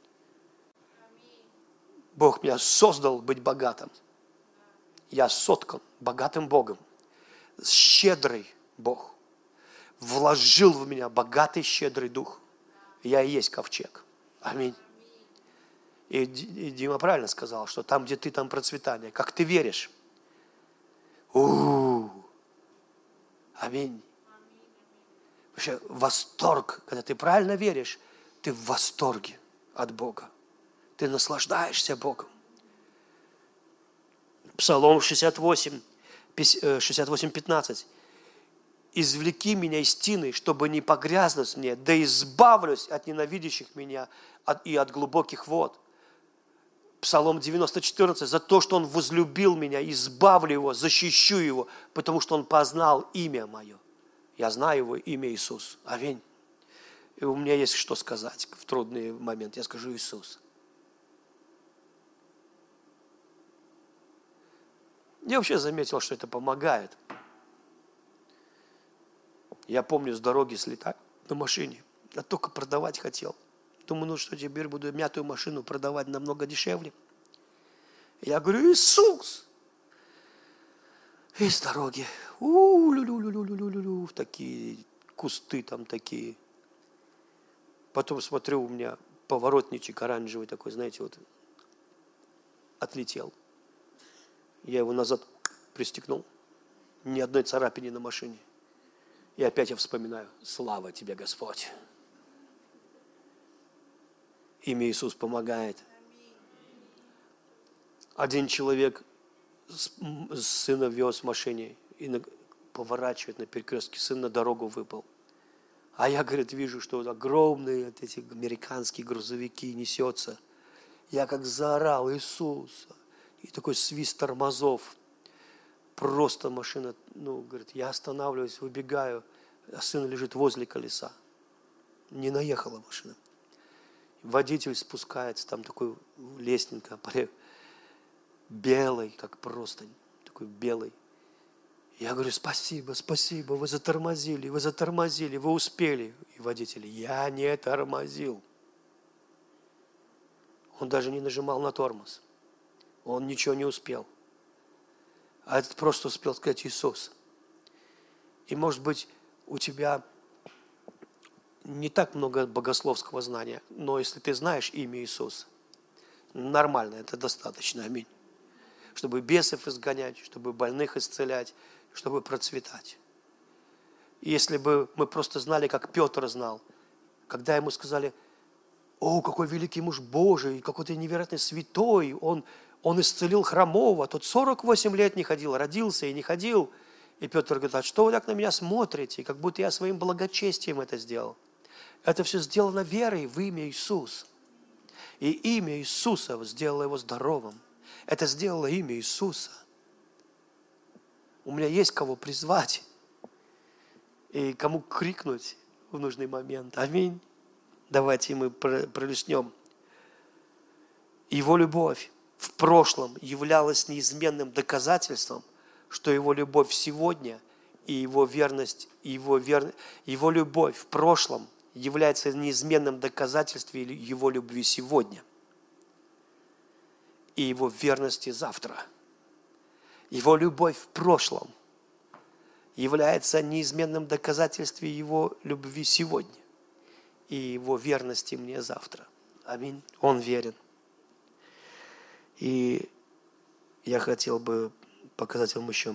Бог меня создал быть богатым. Я соткан богатым Богом. Щедрый Бог. Вложил в меня богатый, щедрый дух. Я и есть ковчег. Аминь. И Дима правильно сказал, что там, где ты, там процветание. Как ты веришь? У-у-у. Аминь. Вообще восторг, когда ты правильно веришь, ты в восторге от Бога. Ты наслаждаешься Богом. Псалом шестьдесят восемь, шестьдесят восемь, пятнадцать. «Извлеки меня из тины, чтобы не погрязнуть мне, да избавлюсь от ненавидящих меня от, и от глубоких вод». Псалом девяносто, четырнадцать. «За то, что Он возлюбил меня, избавлю Его, защищу Его, потому что Он познал имя Мое». Я знаю Его имя Иисус. Аминь. И у меня есть что сказать в трудный момент. Я скажу Иисус. Я вообще заметил, что это помогает. Я помню, с дороги слетаю на машине. Я только продавать хотел. Думаю, ну что, теперь буду мятую машину продавать намного дешевле. Я говорю, Иисус! И с дороги. У-лю-лю-лю-лю-лю-лю-лю. Такие кусты там такие. Потом смотрю, у меня поворотничек оранжевый такой, знаете, вот отлетел. Я его назад пристегнул. Ни одной царапины на машине. И опять я вспоминаю, слава тебе, Господь. Имя Иисус помогает. Один человек сына вез в машине и поворачивает на перекрестке, сын на дорогу выпал. А я, говорит, вижу, что огромные вот эти американские грузовики несется. Я как заорал Иисуса. И такой свист тормозов. Просто машина, ну, говорит, я останавливаюсь, выбегаю, а сын лежит возле колеса. Не наехала машина. Водитель спускается, там такой лестненько, белый, как простынь, такой белый. Я говорю, спасибо, спасибо, вы затормозили, вы затормозили, вы успели. И водитель, я не тормозил. Он даже не нажимал на тормоз. Он ничего не успел. А этот просто успел сказать Иисус. И может быть у тебя не так много богословского знания, но если ты знаешь имя Иисуса, нормально, это достаточно, аминь. Чтобы бесов изгонять, чтобы больных исцелять, чтобы процветать. И если бы мы просто знали, как Петр знал, когда ему сказали, о, какой великий муж Божий, какой ты невероятный святой, он, он исцелил хромого, тот сорок восемь лет не ходил, родился и не ходил. И Петр говорит, а что вы так на меня смотрите, как будто я своим благочестием это сделал. Это все сделано верой в имя Иисуса. И имя Иисуса сделало его здоровым. Это сделало имя Иисуса. У меня есть кого призвать и кому крикнуть в нужный момент. Аминь. Давайте мы пролистнем. Его любовь в прошлом являлась неизменным доказательством, что его любовь сегодня и его верность, и его, вер... его любовь в прошлом является неизменным доказательством его любви сегодня и его верности завтра. Его любовь в прошлом является неизменным доказательством его любви сегодня и его верности мне завтра. Аминь. Он верен. И я хотел бы показать вам еще.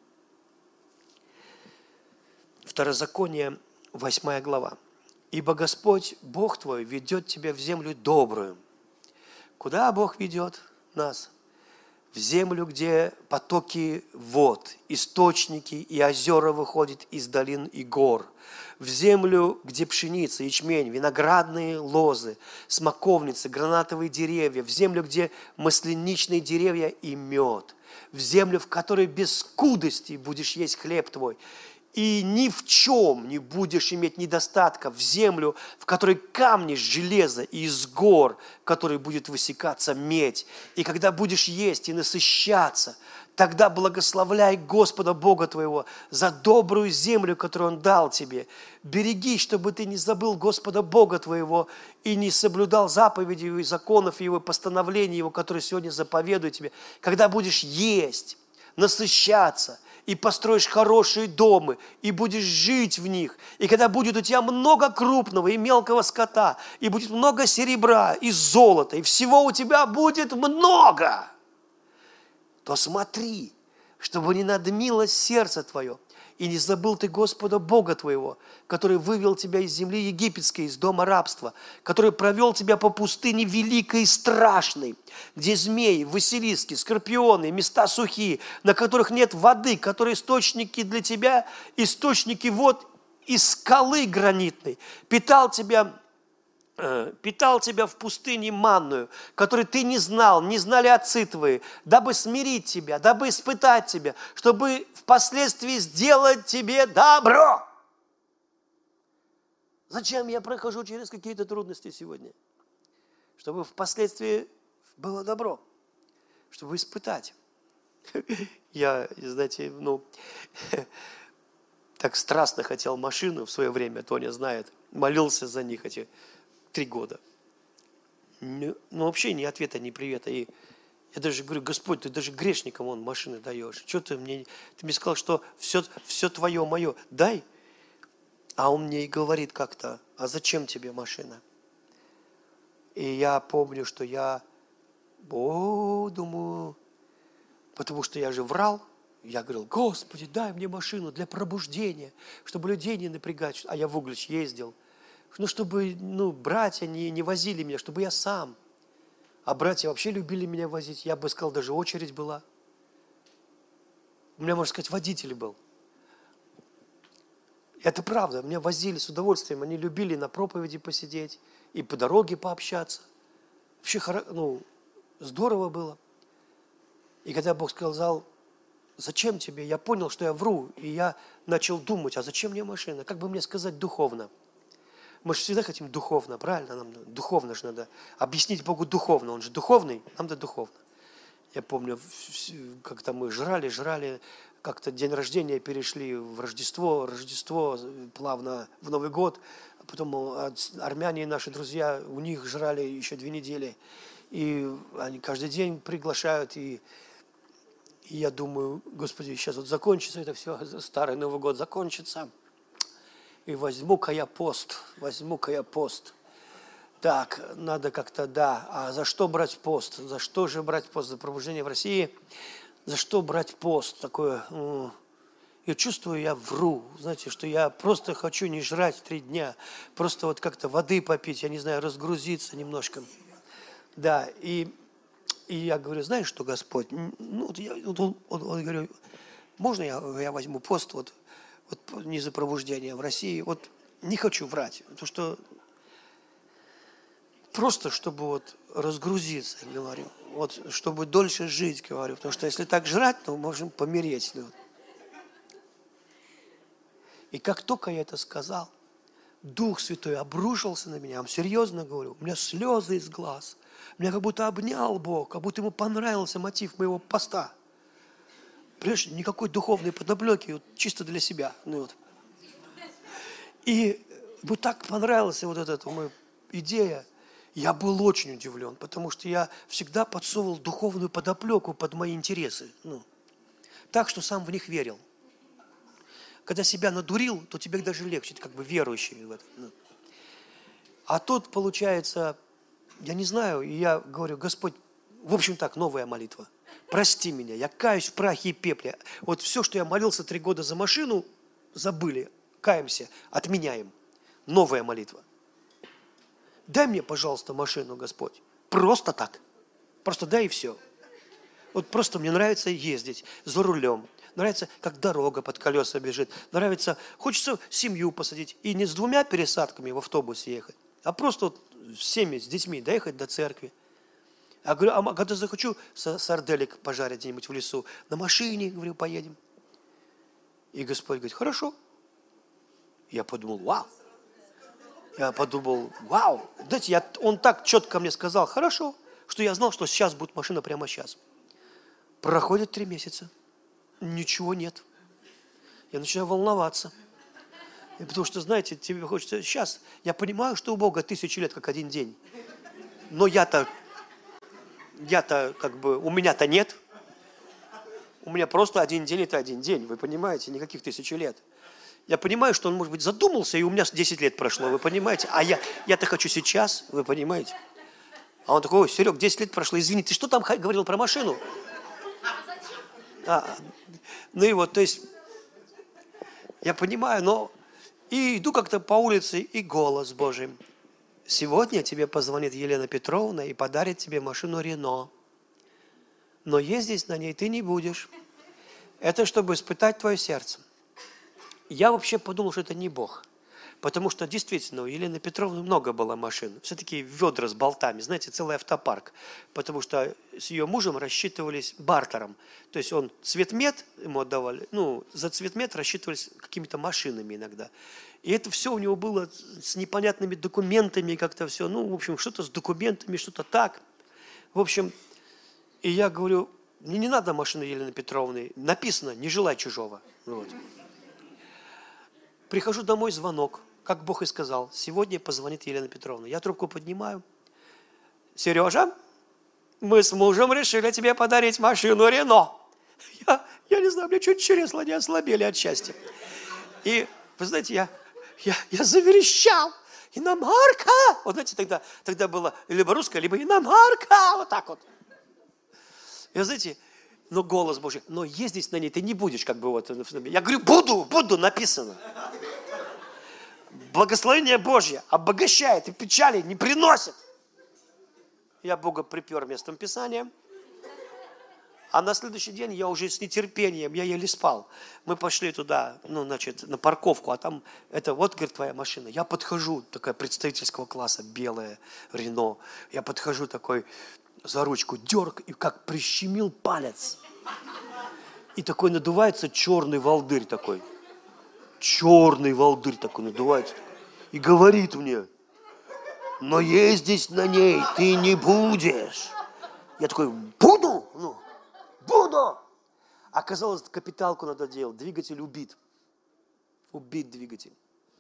Второзаконие, восьмая глава. «Ибо Господь, Бог твой, ведет тебя в землю добрую». Куда Бог ведет нас? в землю, где потоки вод, источники и озера выходят из долин и гор, в землю, где пшеница, ячмень, виноградные лозы, смоковницы, гранатовые деревья, в землю, где масляничные деревья и мед, в землю, в которой без скудости будешь есть хлеб твой, и ни в чем не будешь иметь недостатка, в землю, в которой камни, железо и из гор, в которой будет высекаться медь. И когда будешь есть и насыщаться, тогда благословляй Господа Бога твоего за добрую землю, которую Он дал тебе. Береги, чтобы ты не забыл Господа Бога твоего и не соблюдал заповедей Его и законов Его, постановлений Его, которые сегодня заповедуют тебе. Когда будешь есть, насыщаться, и построишь хорошие дома, и будешь жить в них. И когда будет у тебя много крупного и мелкого скота, и будет много серебра и золота, и всего у тебя будет много, то смотри, чтобы не надмилось сердце твое, и не забыл ты Господа Бога твоего, который вывел тебя из земли египетской, из дома рабства, который провел тебя по пустыне великой и страшной, где змеи, василиски, скорпионы, места сухие, на которых нет воды, которые источники для тебя, источники вод из скалы гранитной, питал тебя, э, питал тебя в пустыне манную, которую ты не знал, не знали отцы твои, дабы смирить тебя, дабы испытать тебя, чтобы впоследствии сделать тебе добро. Зачем я прохожу через какие-то трудности сегодня? Чтобы впоследствии было добро, чтобы испытать. Я, знаете, ну, так страстно хотел машину в свое время, Тоня знает, молился за них эти три года. Ну, вообще ни ответа, ни привета. И я даже говорю: Господь, ты даже грешникам вон машины даешь. Что ты мне... Ты мне сказал, что все, все твое, мое, дай. А он мне и говорит как-то: а зачем тебе машина? И я помню, что я, о, думаю, потому что я же врал. Я говорил: Господи, дай мне машину для пробуждения, чтобы людей не напрягать. А я в Углич ездил. Ну, чтобы ну, братья не, не возили меня, чтобы я сам. А братья вообще любили меня возить. Я бы сказал, даже очередь была. У меня, можно сказать, водитель был. Это правда, меня возили с удовольствием, они любили на проповеди посидеть и по дороге пообщаться. Вообще, ну, здорово было. И когда Бог сказал: зачем тебе? Я понял, что я вру, и я начал думать: а зачем мне машина? Как бы мне сказать духовно? Мы же всегда хотим духовно, правильно? Нам духовно же надо объяснить Богу духовно. Он же духовный, нам да духовно. Я помню, как-то мы жрали, жрали, как-то день рождения перешли в Рождество, Рождество плавно в Новый год, а потом армяне, наши друзья, у них жрали еще две недели, и они каждый день приглашают, и, и я думаю: Господи, сейчас вот закончится это все, старый Новый год закончится, и возьму-ка я пост, возьму-ка я пост. Так, надо как-то, да, а за что брать пост? За что же брать пост? За пробуждение в России? За что брать пост? Такое, ну, я чувствую, я вру, знаете, что я просто хочу не жрать три дня, просто вот как-то воды попить, я не знаю, разгрузиться немножко. Да, и, и я говорю: знаешь что, Господь, ну, вот я вот, вот, вот, говорю, можно я, я возьму пост вот, вот не за пробуждение в России? Вот не хочу врать, потому что просто чтобы вот разгрузиться, говорю, вот чтобы дольше жить, говорю, потому что если так жрать, то можем помереть. Ну. И как только я это сказал, Дух Святой обрушился на меня, я вам серьезно говорю, у меня слезы из глаз, меня как будто обнял Бог, как будто ему понравился мотив моего поста. Понимаешь, никакой духовной подоплеки, вот, чисто для себя. Ну, вот. И ему так понравилась вот эта моя идея. Я был очень удивлен, потому что я всегда подсовывал духовную подоплеку под мои интересы. Ну, так, что сам в них верил. Когда себя надурил, то тебе даже легче, как бы верующий в это. Ну. А тут, получается, я не знаю, и я говорю: Господь, в общем так, новая молитва. Прости меня, я каюсь в прахе и пепле. Вот все, что я молился три года за машину, забыли, каемся, отменяем. Новая молитва. Дай мне, пожалуйста, машину, Господь. Просто так. Просто дай и все. Вот просто мне нравится ездить за рулем. Нравится, как дорога под колеса бежит. Нравится, хочется семью посадить. И не с двумя пересадками в автобусе ехать, а просто вот с всеми, с детьми доехать до церкви. А говорю, а когда захочу сарделек пожарить где-нибудь в лесу, на машине, говорю, поедем. И Господь говорит, хорошо. Я подумал, вау. Я подумал, вау. Знаете, я, он так четко мне сказал, хорошо, что я знал, что сейчас будет машина прямо сейчас. Проходит три месяца. Ничего нет. Я начинаю волноваться. И потому что, знаете, тебе хочется сейчас. Я понимаю, что у Бога тысячи лет, как один день. Но я-то, я-то, как бы, у меня-то нет. У меня просто один день – это один день. Вы понимаете, никаких тысячи лет. Я понимаю, что он, может быть, задумался, и у меня десять лет прошло, вы понимаете. А я, я-то хочу сейчас, вы понимаете. А он такой, ой, Серег, десять лет прошло, извини, ты что там говорил про машину? А, ну и вот, то есть, я понимаю, но и иду как-то по улице, и голос Божий. Сегодня тебе позвонит Елена Петровна и подарит тебе машину Рено. Но ездить на ней ты не будешь. Это чтобы испытать твое сердце. Я вообще подумал, что это не Бог. Потому что действительно у Елены Петровны много было машин. Все-таки ведра с болтами, знаете, целый автопарк. Потому что с ее мужем рассчитывались бартером. То есть он цветмет ему отдавали, ну, за цветмет рассчитывались какими-то машинами иногда. И это все у него было с непонятными документами, как-то все, ну, в общем, что-то с документами, что-то так. В общем, и я говорю, мне не надо машины Елены Петровны. Написано, не желай чужого. Вот. Прихожу домой, звонок. Как Бог и сказал, сегодня позвонит Елена Петровна. Я трубку поднимаю. Сережа, мы с мужем решили тебе подарить машину Рено. Я, я не знаю, мне чуть чресла не ослабели от счастья. И, вы знаете, я, я, я заверещал. Иномарка! Вот знаете, тогда, тогда было либо русская, либо иномарка. Вот так вот. И вы знаете, но голос Божий, но ездить на ней ты не будешь, как бы вот. Я говорю, буду, буду, написано. Благословение Божье обогащает и печали не приносит. Я Бога припер местом Писания. А на следующий день я уже с нетерпением, я еле спал. Мы пошли туда, ну, значит, на парковку, а там, это вот, говорит, твоя машина. Я подхожу, такая представительского класса, белая, Рено. Я подхожу такой за ручку, дерг, и как прищемил палец. И такой надувается черный волдырь такой. Черный волдырь такой надувается. И говорит мне, но ездить на ней ты не будешь. Я такой, буду, ну, буду. Оказалось, капиталку надо делать, двигатель убит. Убит двигатель.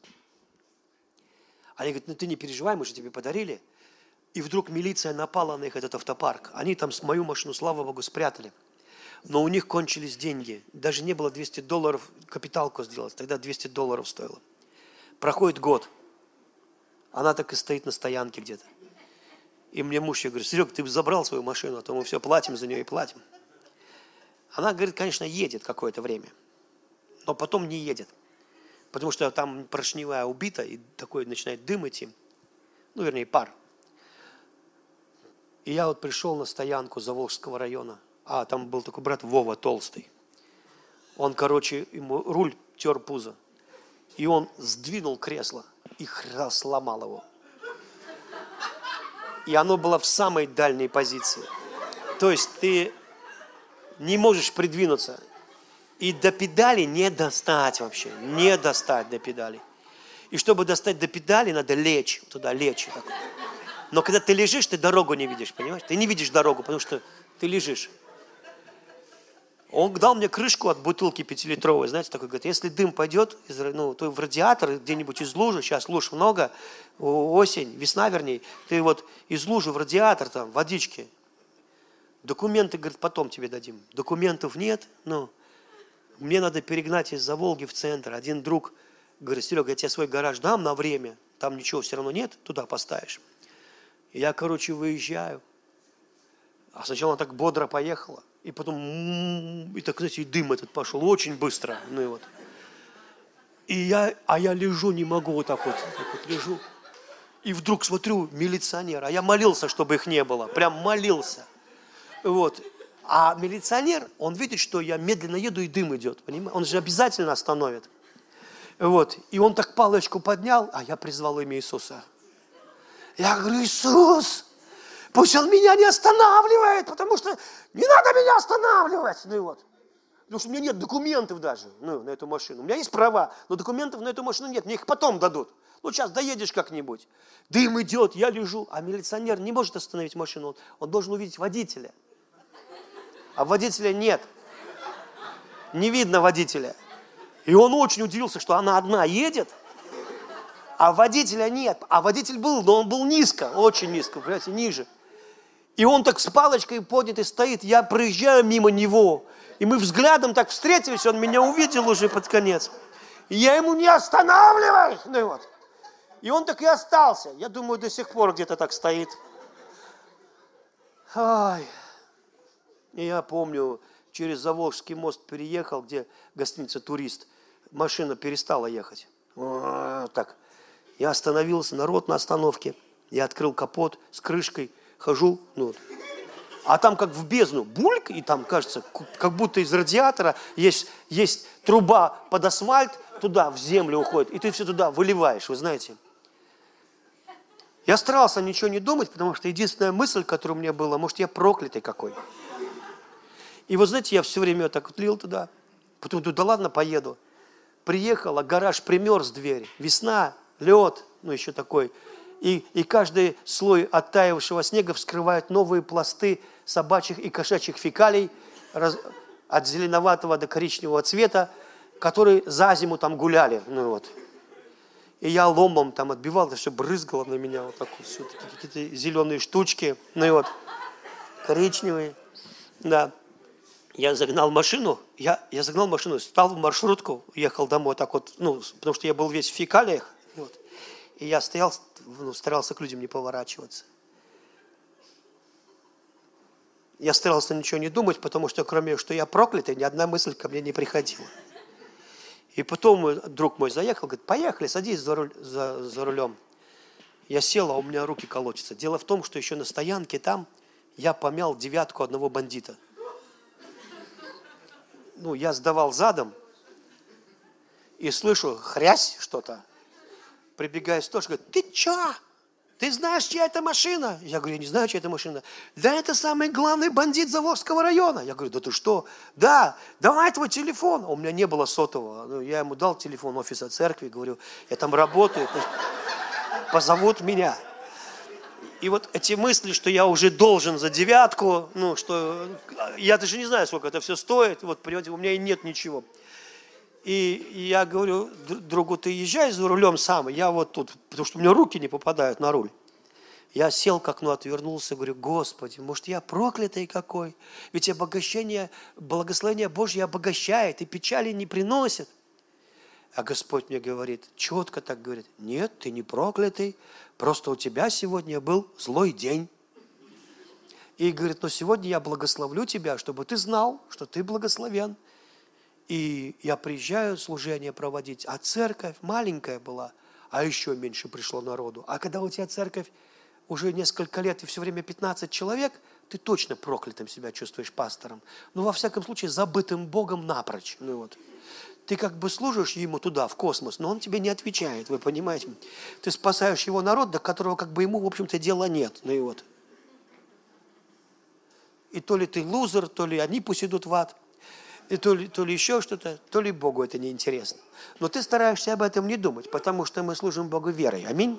Они говорят, ну ты не переживай, мы же тебе подарили. И вдруг милиция напала на их, этот автопарк. Они там мою машину, слава Богу, спрятали. Но у них кончились деньги. Даже не было двести долларов капиталку сделать. Тогда двести долларов стоило. Проходит год. Она так и стоит на стоянке где-то. И мне муж, я говорю, Серег, ты забрал свою машину, а то мы все платим за нее и платим. Она, говорит, конечно, едет какое-то время. Но потом не едет. Потому что там поршневая убита, и такой начинает дым идти. Ну, вернее, пар. И я вот пришел на стоянку Заволжского района. А, там был такой брат Вова Толстый. Он, короче, ему руль тер пузо. И он сдвинул кресло и сломал его. И оно было в самой дальней позиции. То есть ты не можешь придвинуться. И до педали не достать вообще. Не достать до педали. И чтобы достать до педали, надо лечь. Туда лечь. Так. Но когда ты лежишь, ты дорогу не видишь, понимаешь? Ты не видишь дорогу, потому что ты лежишь. Он дал мне крышку от бутылки пятилитровой, знаете, такой, говорит, если дым пойдет, из, ну, то в радиатор где-нибудь из лужи, сейчас луж много, осень, весна вернее, ты вот из лужи в радиатор, там, водички, документы, говорит, потом тебе дадим. Документов нет, ну, мне надо перегнать из-за Волги в центр. Один друг говорит, Серега, я тебе свой гараж дам на время, там ничего все равно нет, туда поставишь. И я, короче, выезжаю. А сначала она так бодро поехала. И потом, и так, знаете, и дым этот пошел очень быстро. Ну и вот. И я, а я лежу, не могу вот так вот, так вот лежу. И вдруг смотрю, милиционер. А я молился, чтобы их не было. Прям молился. Вот. А милиционер, он видит, что я медленно еду и дым идет, понимаете? Он же обязательно остановит. Вот. И он так палочку поднял, а я призвал имя Иисуса. Я говорю: Иисус, пусть он меня не останавливает, потому что не надо меня останавливать. Ну и вот. Потому что у меня нет документов даже, ну, на эту машину. У меня есть права, но документов на эту машину нет. Мне их потом дадут. Ну, сейчас доедешь как-нибудь. Дым идет, я лежу. А милиционер не может остановить машину. Он, он должен увидеть водителя. А водителя нет. Не видно водителя. И он очень удивился, что она одна едет, а водителя нет. А водитель был, но он был низко, очень низко, понимаете, ниже. И он так с палочкой поднятый стоит, я проезжаю мимо него. И мы взглядом так встретились, он меня увидел уже под конец. И я ему: не останавливай! Ну и вот. И он так и остался. Я думаю, до сих пор где-то так стоит. Ай. И я помню, через Заволжский мост переехал, где гостиница «Турист». Машина перестала ехать. Так. Я остановился, народ на остановке. Я открыл капот с крышкой, хожу, ну вот. А там как в бездну, бульк, и там, кажется, как будто из радиатора есть, есть труба под асфальт, туда, в землю уходит, и ты все туда выливаешь, вы знаете. Я старался ничего не думать, потому что единственная мысль, которая у меня была: может, я проклятый какой. И вот, знаете, я все время так вот лил туда, потом думаю: да ладно, поеду. Приехал, а гараж примерз дверь, весна, лед, ну еще такой. И, и каждый слой оттаившего снега вскрывает новые пласты собачьих и кошачьих фекалий раз, от зеленоватого до коричневого цвета, которые за зиму там гуляли. Ну, вот. И я ломом там отбивал, это все брызгало на меня, вот так вот, все какие-то зеленые штучки, ну и вот, коричневые, да. Я загнал машину, я, я загнал машину, встал в маршрутку, ехал домой так вот, ну, потому что я был весь в фекалиях, вот. И я стоял, ну, старался к людям не поворачиваться. Я старался ничего не думать, потому что кроме, что я проклятый, ни одна мысль ко мне не приходила. И потом друг мой заехал, говорит: поехали, садись за, руль, за, за рулем. Я сел, а у меня руки колотятся. Дело в том, что еще на стоянке там я помял девятку одного бандита. Ну, я сдавал задом и слышу хрясь что-то. Прибегаю сторож, говорит: ты чё? Ты знаешь, чья это машина? Я говорю: я не знаю, чья это машина. Да это самый главный бандит Заволжского района. Я говорю: да ты что? Да, давай твой телефон. У меня не было сотового. Я ему дал телефон офиса церкви, говорю: я там работаю, позовут меня. И вот эти мысли, что я уже должен за девятку, ну, что я даже не знаю, сколько это все стоит, вот, понимаете, у меня и нет ничего. И я говорю другу: ты езжай за рулем сам, я вот тут, потому что у меня руки не попадают на руль. Я сел к окну, отвернулся, говорю: Господи, может, я проклятый какой? Ведь обогащение, благословение Божье обогащает и печали не приносит. А Господь мне говорит, четко так говорит: нет, ты не проклятый, просто у тебя сегодня был злой день. И говорит: но сегодня я благословлю тебя, чтобы ты знал, что ты благословен. И я приезжаю служение проводить, а церковь маленькая была, а еще меньше пришло народу. А когда у тебя церковь уже несколько лет и все время пятнадцать человек, ты точно проклятым себя чувствуешь пастором. Ну, во всяком случае, забытым Богом напрочь. Ну, вот. Ты как бы служишь ему туда, в космос, но он тебе не отвечает, вы понимаете? Ты спасаешь его народ, до которого как бы ему, в общем-то, дела нет. Ну и вот. И то ли ты лузер, то ли они пусть идут в ад, и то ли, то ли еще что-то, то ли Богу это неинтересно. Но ты стараешься об этом не думать, потому что мы служим Богу верой. Аминь.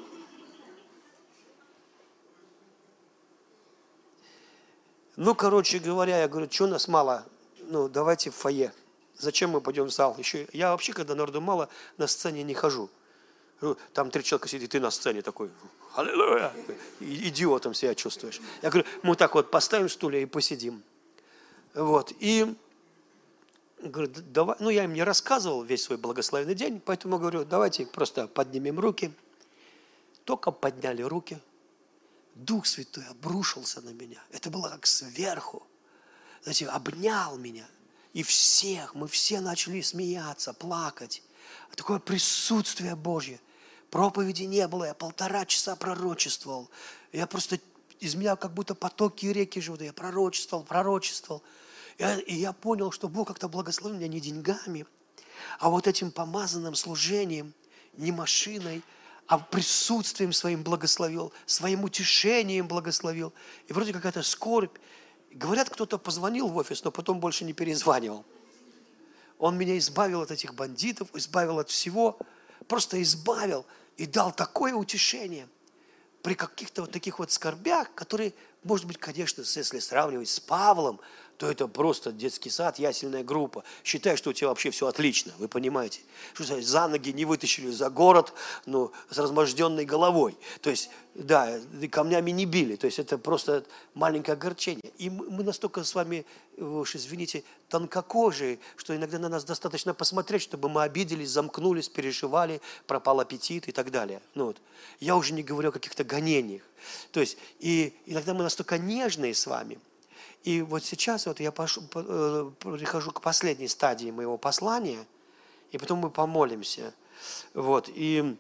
Ну, короче говоря, я говорю: что нас мало? Ну, давайте в фойе. Зачем мы пойдем в зал? Еще я вообще, когда народу мало, на сцене не хожу. Там три человека сидит, и ты на сцене такой: аллилуйя! Идиотом себя чувствуешь. Я говорю: мы так вот поставим стулья и посидим. Вот. И говорю: давай, ну, я им не рассказывал весь свой благословенный день, поэтому говорю: давайте просто поднимем руки. Только подняли руки, Дух Святой обрушился на меня. Это было как сверху. Знаете, обнял меня. И всех, мы все начали смеяться, плакать. Такое присутствие Божье. Проповеди не было, я полтора часа пророчествовал. Я просто из меня как будто потоки и реки живут. Я пророчествовал, пророчествовал. И, и я понял, что Бог как-то благословил меня не деньгами, а вот этим помазанным служением, не машиной, а присутствием своим благословил, своим утешением благословил. И вроде какая-то скорбь. Говорят, кто-то позвонил в офис, но потом больше не перезванивал. Он меня избавил от этих бандитов, избавил от всего, просто избавил и дал такое утешение при каких-то вот таких вот скорбях, которые, может быть, конечно, если сравнивать с Павлом, то это просто детский сад, ясельная группа. Считай, что у тебя вообще все отлично, вы понимаете. Что за ноги не вытащили за город, но с разможденной головой. То есть, да, камнями не били. То есть, это просто маленькое огорчение. И мы настолько с вами, уж извините, тонкокожие, что иногда на нас достаточно посмотреть, чтобы мы обиделись, замкнулись, переживали, пропал аппетит и так далее. Ну вот. Я уже не говорю о каких-то гонениях. То есть, и иногда мы настолько нежные с вами. И вот сейчас вот я пошу, э, прихожу к последней стадии моего послания, и потом мы помолимся. Вот. И,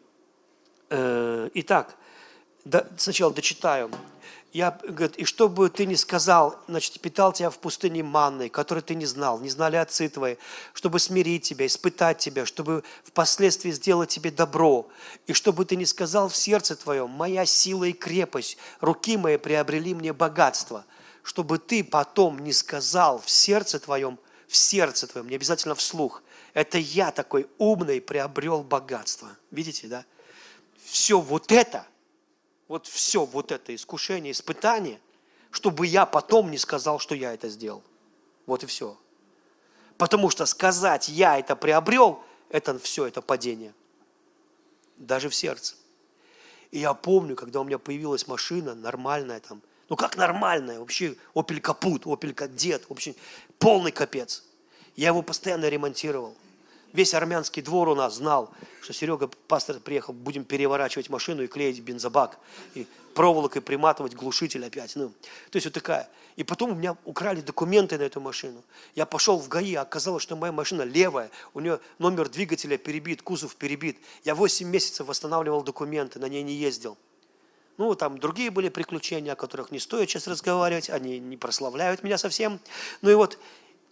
э, итак, да, сначала дочитаю. Я, говорит, и что бы ты ни сказал, значит, питал тебя в пустыне манной, которой ты не знал, не знали отцы твои, чтобы смирить тебя, испытать тебя, чтобы впоследствии сделать тебе добро. И чтобы ты ни сказал в сердце твоем, моя сила и крепость, руки мои приобрели мне богатство. Чтобы ты потом не сказал в сердце твоем, в сердце твоем, не обязательно вслух, это я такой умный приобрел богатство. Видите, да? Все вот это, вот все вот это искушение, испытание, чтобы я потом не сказал, что я это сделал. Вот и все. Потому что сказать «я это приобрел», это все, это падение. Даже в сердце. И я помню, когда у меня появилась машина нормальная там, ну как нормальная, вообще Opel Kaput, Opel Kadett, вообще полный капец. Я его постоянно ремонтировал. Весь армянский двор у нас знал, что Серега, пастор, приехал, будем переворачивать машину и клеить бензобак, и проволокой приматывать глушитель опять. Ну, то есть вот такая. И потом у меня украли документы на эту машину. Я пошел в ГАИ, а оказалось, что моя машина левая, у нее номер двигателя перебит, кузов перебит. Я восемь месяцев восстанавливал документы, на ней не ездил. Ну, там другие были приключения, о которых не стоит сейчас разговаривать, они не прославляют меня совсем. Ну и вот,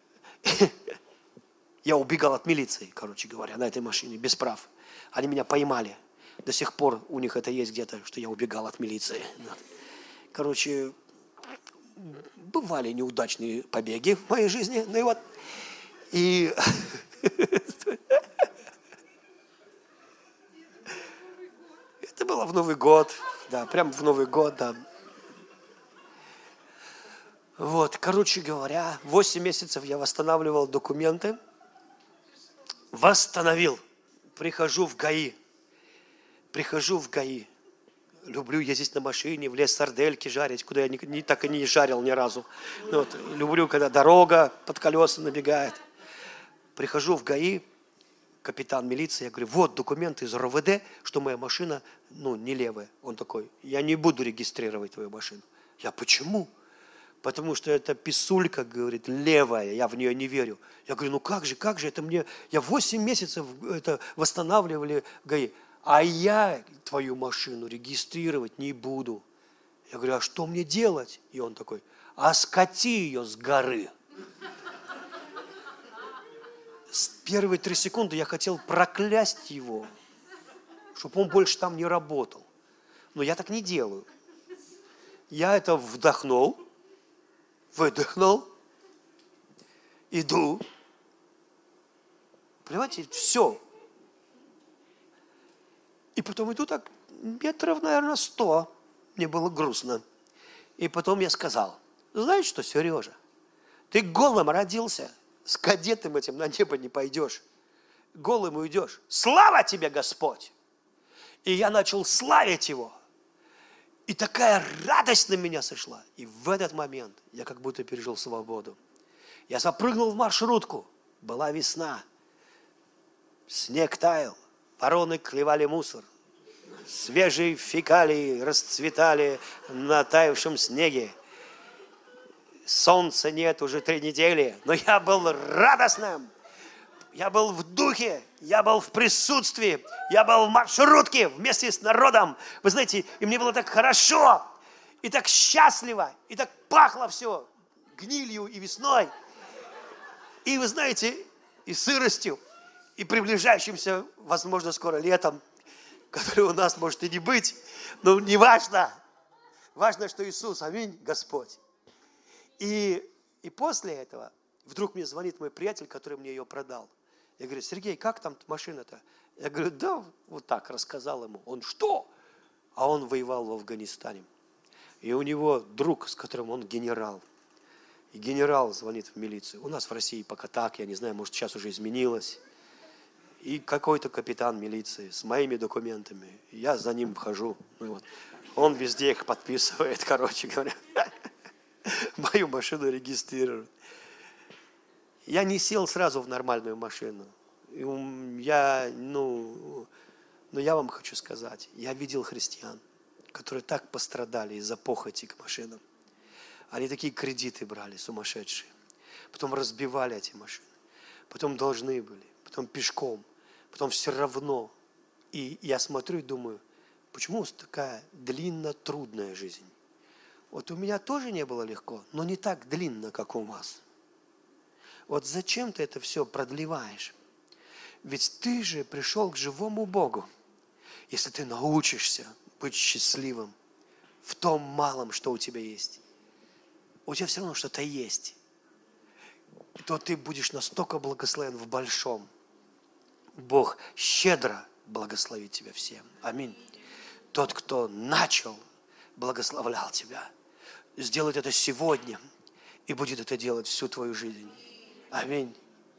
я убегал от милиции, короче говоря, на этой машине, без прав. Они меня поймали. До сих пор у них это есть где-то, что я убегал от милиции. Короче, бывали неудачные побеги в моей жизни. Ну и вот, и... Это было в Новый год. Да, прям в Новый год, да. Вот, короче говоря, восемь месяцев я восстанавливал документы. Восстановил. Прихожу в ГАИ. Прихожу в ГАИ. Люблю ездить на машине, в лес сардельки жарить, куда я не, не, так и не жарил ни разу. Вот, люблю, когда дорога под колеса набегает. Прихожу в ГАИ. Капитан милиции, я говорю, вот документы из РОВД, что моя машина, ну, не левая. Он такой, я не буду регистрировать твою машину. Я, почему? Потому что это писулька, говорит, левая, я в нее не верю. Я говорю, ну как же, как же, это мне, я восемь месяцев это восстанавливали ГАИ, а я твою машину регистрировать не буду. Я говорю, а что мне делать? И он такой, а скати ее с горы. С первые три секунды я хотел проклясть его, чтобы он больше там не работал. Но я так не делаю. Я это вдохнул, выдохнул, иду. Понимаете, все. И потом иду так метров, наверное, сто. Мне было грустно. И потом я сказал, знаешь что, Сережа, ты голым родился. С кадетом этим на небо не пойдешь. Голым уйдешь. Слава тебе, Господь! И я начал славить Его. И такая радость на меня сошла. И в этот момент я как будто пережил свободу. Я запрыгнул в маршрутку. Была весна. Снег таял. Вороны клевали мусор. Свежие фекалии расцветали на таявшем снеге. Солнца нет уже три недели, но я был радостным, я был в духе, я был в присутствии, я был в маршрутке вместе с народом. Вы знаете, и мне было так хорошо. И так счастливо, и так пахло все гнилью и весной. И вы знаете, и сыростью, и приближающимся, возможно, скоро летом, который у нас может и не быть, но не важно. Важно, что Иисус, аминь, Господь. И, и после этого вдруг мне звонит мой приятель, который мне ее продал. Я говорю: Сергей, как там машина-то? Я говорю: да, вот так рассказал ему. Он: что? А он воевал в Афганистане. И у него друг, с которым он генерал. И генерал звонит в милицию. У нас в России пока так, я не знаю, может, сейчас уже изменилось. И какой-то капитан милиции с моими документами. Я за ним вхожу. Ну, вот. Он везде их подписывает, короче говоря. Мою машину регистрирует. Я не сел сразу в нормальную машину. Я, ну, но я вам хочу сказать, я видел христиан, которые так пострадали из-за похоти к машинам. Они такие кредиты брали, сумасшедшие. Потом разбивали эти машины. Потом должны были. Потом пешком. Потом все равно. И я смотрю и думаю, почему у вас такая длинно трудная жизнь? Вот у меня тоже не было легко, но не так длинно, как у вас. Вот зачем ты это все продлеваешь? Ведь ты же пришел к живому Богу. Если ты научишься быть счастливым в том малом, что у тебя есть, у тебя все равно что-то есть, то ты будешь настолько благословен в большом. Бог щедро благословит тебя всем. Аминь. Тот, кто начал, благословлял тебя, сделает это сегодня и будет это делать всю твою жизнь. Аминь.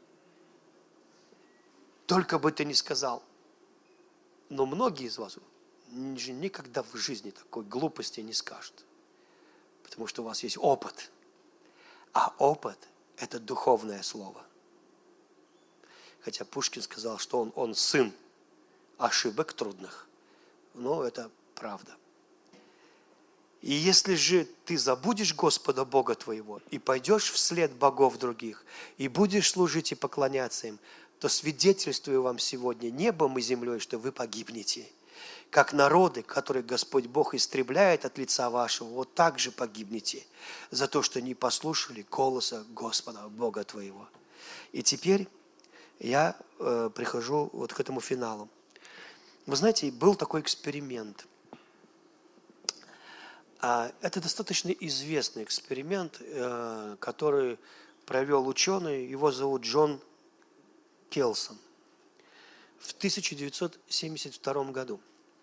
Только бы ты не сказал. Но многие из вас никогда в жизни такой глупости не скажут. Потому что у вас есть опыт. А опыт – это духовное слово. Хотя Пушкин сказал, что он, он сын ошибок трудных. Но это правда. И если же ты забудешь Господа Бога твоего и пойдешь вслед богов других, и будешь служить и поклоняться им, то свидетельствую вам сегодня небом и землей, что вы погибнете. Как народы, которые Господь Бог истребляет от лица вашего, вот так же погибнете за то, что не послушали голоса Господа Бога твоего. И теперь я э, прихожу вот к этому финалу. Вы знаете, был такой эксперимент. Это достаточно известный эксперимент, э, который провел ученый, его зовут Джон Келсон, в тысяча девятьсот семьдесят втором году.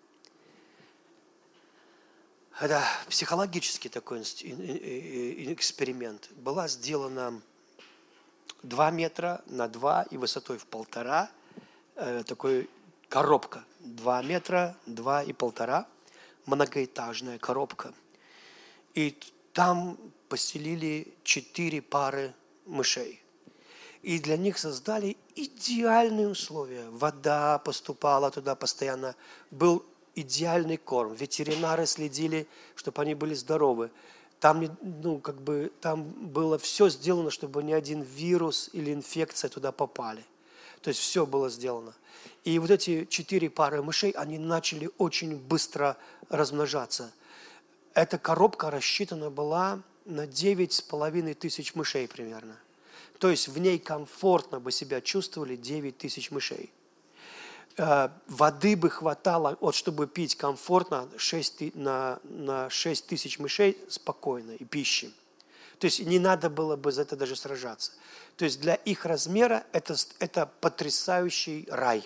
Это психологический такой эксперимент. Была сделана два метра на два и высотой в полтора, э, такой коробка. два метра, два и полтора, многоэтажная коробка. И там поселили четыре пары мышей. И для них создали идеальные условия. Вода поступала туда постоянно. Был идеальный корм. Ветеринары следили, чтобы они были здоровы. Там, ну, как бы, там было все сделано, чтобы ни один вирус или инфекция туда попали. То есть все было сделано. И вот эти четыре пары мышей, они начали очень быстро размножаться. Эта коробка рассчитана была на девять с половиной тысяч мышей примерно. То есть в ней комфортно бы себя чувствовали девять тысяч мышей. Воды бы хватало, вот, чтобы пить комфортно шесть, на, на шесть тысяч мышей спокойно, и пищи. То есть не надо было бы за это даже сражаться. То есть для их размера это, это потрясающий рай.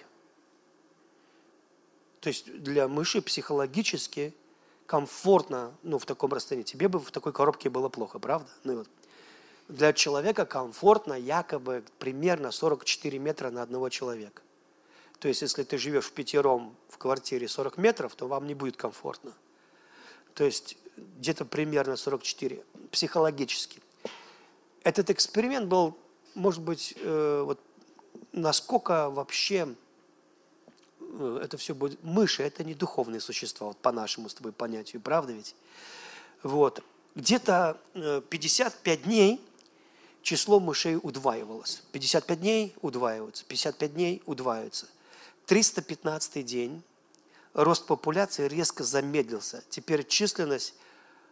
То есть для мыши психологически комфортно, ну, в таком расстоянии. Тебе бы в такой коробке было плохо, правда? Ну, вот. Для человека комфортно якобы примерно сорок четыре метра на одного человека. То есть, если ты живешь в пятером в квартире сорок метров, то вам не будет комфортно. То есть, где-то примерно сорок четыре, психологически. Этот эксперимент был, может быть, э, вот насколько вообще э, это все будет... Мыши – это не духовные существа, вот по нашему с тобой понятию, правда ведь? Вот. Где-то э, пятьдесят пять дней число мышей удваивалось. пятьдесят пять дней удваивается, пятьдесят пять дней удваивается. триста пятнадцатый день рост популяции резко замедлился. Теперь численность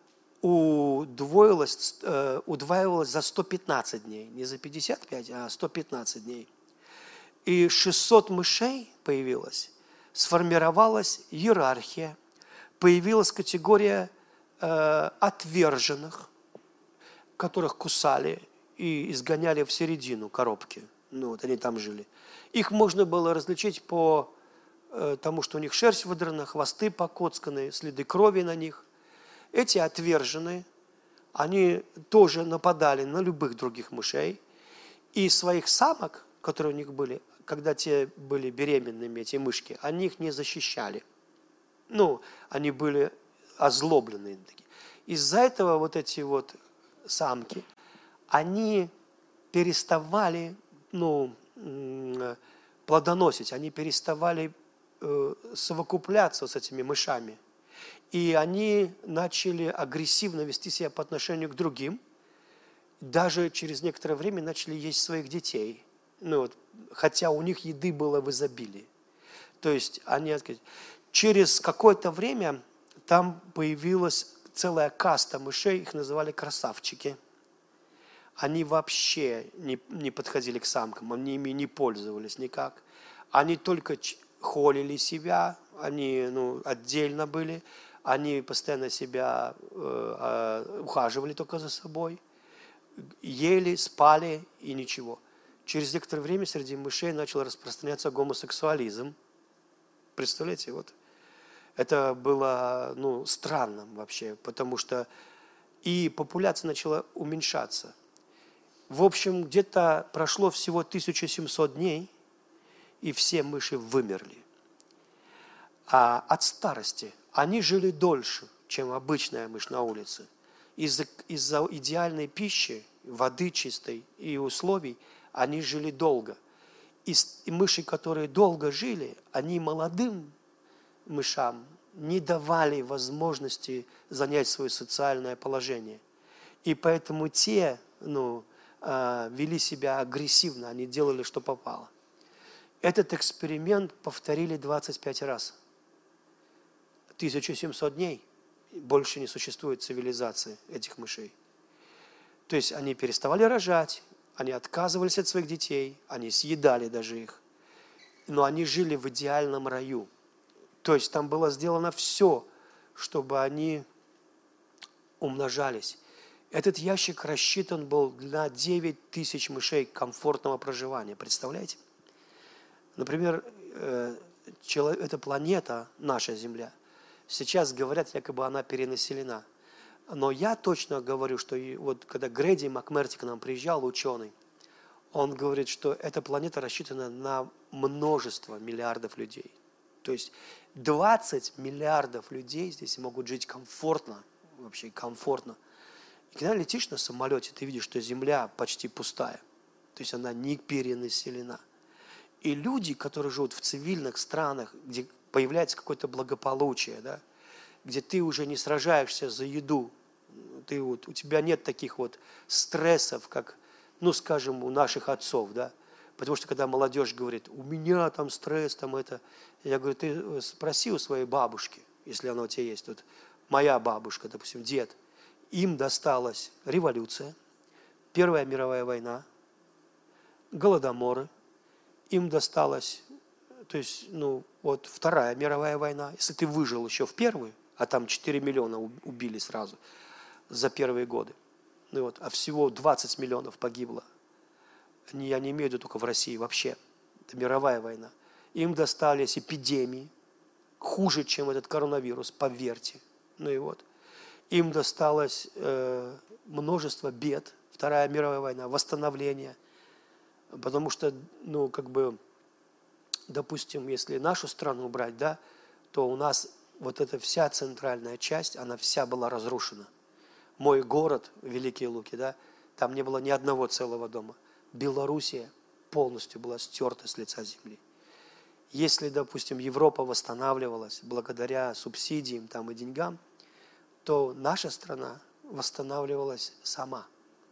удвоилось, э, удваивалось за сто пятнадцать дней. Не за пятьдесят пять, а сто пятнадцать дней. И шестьсот мышей появилось, сформировалась иерархия, появилась категория э, отверженных, которых кусали и изгоняли в середину коробки. Ну, вот они там жили. Их можно было различить по э, тому, что у них шерсть выдрана, хвосты покоцканы, следы крови на них. Эти отверженные, они тоже нападали на любых других мышей. И своих самок, которые у них были, когда те были беременными, эти мышки, они их не защищали. Ну, они были озлобленные. Из-за этого вот эти вот самки, они переставали, ну, плодоносить, они переставали э, совокупляться с этими мышами. И они начали агрессивно вести себя по отношению к другим, даже через некоторое время начали есть своих детей. Ну, вот, хотя у них еды было в изобилии. То есть они, через какое-то время там появилась целая каста мышей, их называли красавчики. Они вообще не, не подходили к самкам, они ими не пользовались никак. Они только холили себя, они ну, отдельно были, они постоянно себя э, э, ухаживали только за собой, ели, спали и ничего. Через некоторое время среди мышей начал распространяться гомосексуализм. Представляете, вот. Это было ну, странным вообще, потому что и популяция начала уменьшаться. В общем, где-то прошло всего тысяча семьсот дней, и все мыши вымерли. А от старости они жили дольше, чем обычная мышь на улице. Из-за, из-за идеальной пищи, воды чистой и условий они жили долго. И, и мыши, которые долго жили, они молодым мышам не давали возможности занять свое социальное положение. И поэтому те ну, вели себя агрессивно, они делали, что попало. Этот эксперимент повторили двадцать пять раз. тысяча семьсот дней. Больше не существует цивилизации этих мышей. То есть они переставали рожать, они отказывались от своих детей, они съедали даже их. Но они жили в идеальном раю. То есть там было сделано все, чтобы они умножались. Этот ящик рассчитан был на девять тысяч мышей комфортного проживания. Представляете? Например, эта планета, наша Земля, сейчас говорят, якобы она перенаселена. Но я точно говорю, что вот когда Грэди Макмерти к нам приезжал, ученый, он говорит, что эта планета рассчитана на множество миллиардов людей. То есть двадцать миллиардов людей здесь могут жить комфортно, вообще комфортно. И когда летишь на самолете, ты видишь, что Земля почти пустая. То есть она не перенаселена. И люди, которые живут в цивильных странах, где появляется какое-то благополучие, да, где ты уже не сражаешься за еду, ты вот, у тебя нет таких вот стрессов, как, ну, скажем, у наших отцов, да, потому что когда молодежь говорит, у меня там стресс, там это, я говорю, ты спроси у своей бабушки, если она у тебя есть, вот моя бабушка, допустим, дед, им досталась революция, Первая мировая война, голодоморы, им досталась, то есть, ну, вот Вторая мировая война, если ты выжил еще в первую, а там четыре миллиона убили сразу за первые годы, ну вот, а всего двадцать миллионов погибло. Я не имею в виду только в России вообще. Это мировая война. Им достались эпидемии, хуже, чем этот коронавирус, поверьте. Ну и вот. Им досталось э, множество бед, Вторая мировая война, восстановление. Потому что, ну, как бы, допустим, если нашу страну брать, да, то у нас вот эта вся центральная часть, она вся была разрушена. Мой город, Великие Луки, да, там не было ни одного целого дома. Белоруссия полностью была стерта с лица земли. Если, допустим, Европа восстанавливалась благодаря субсидиям там, и деньгам, то наша страна восстанавливалась сама.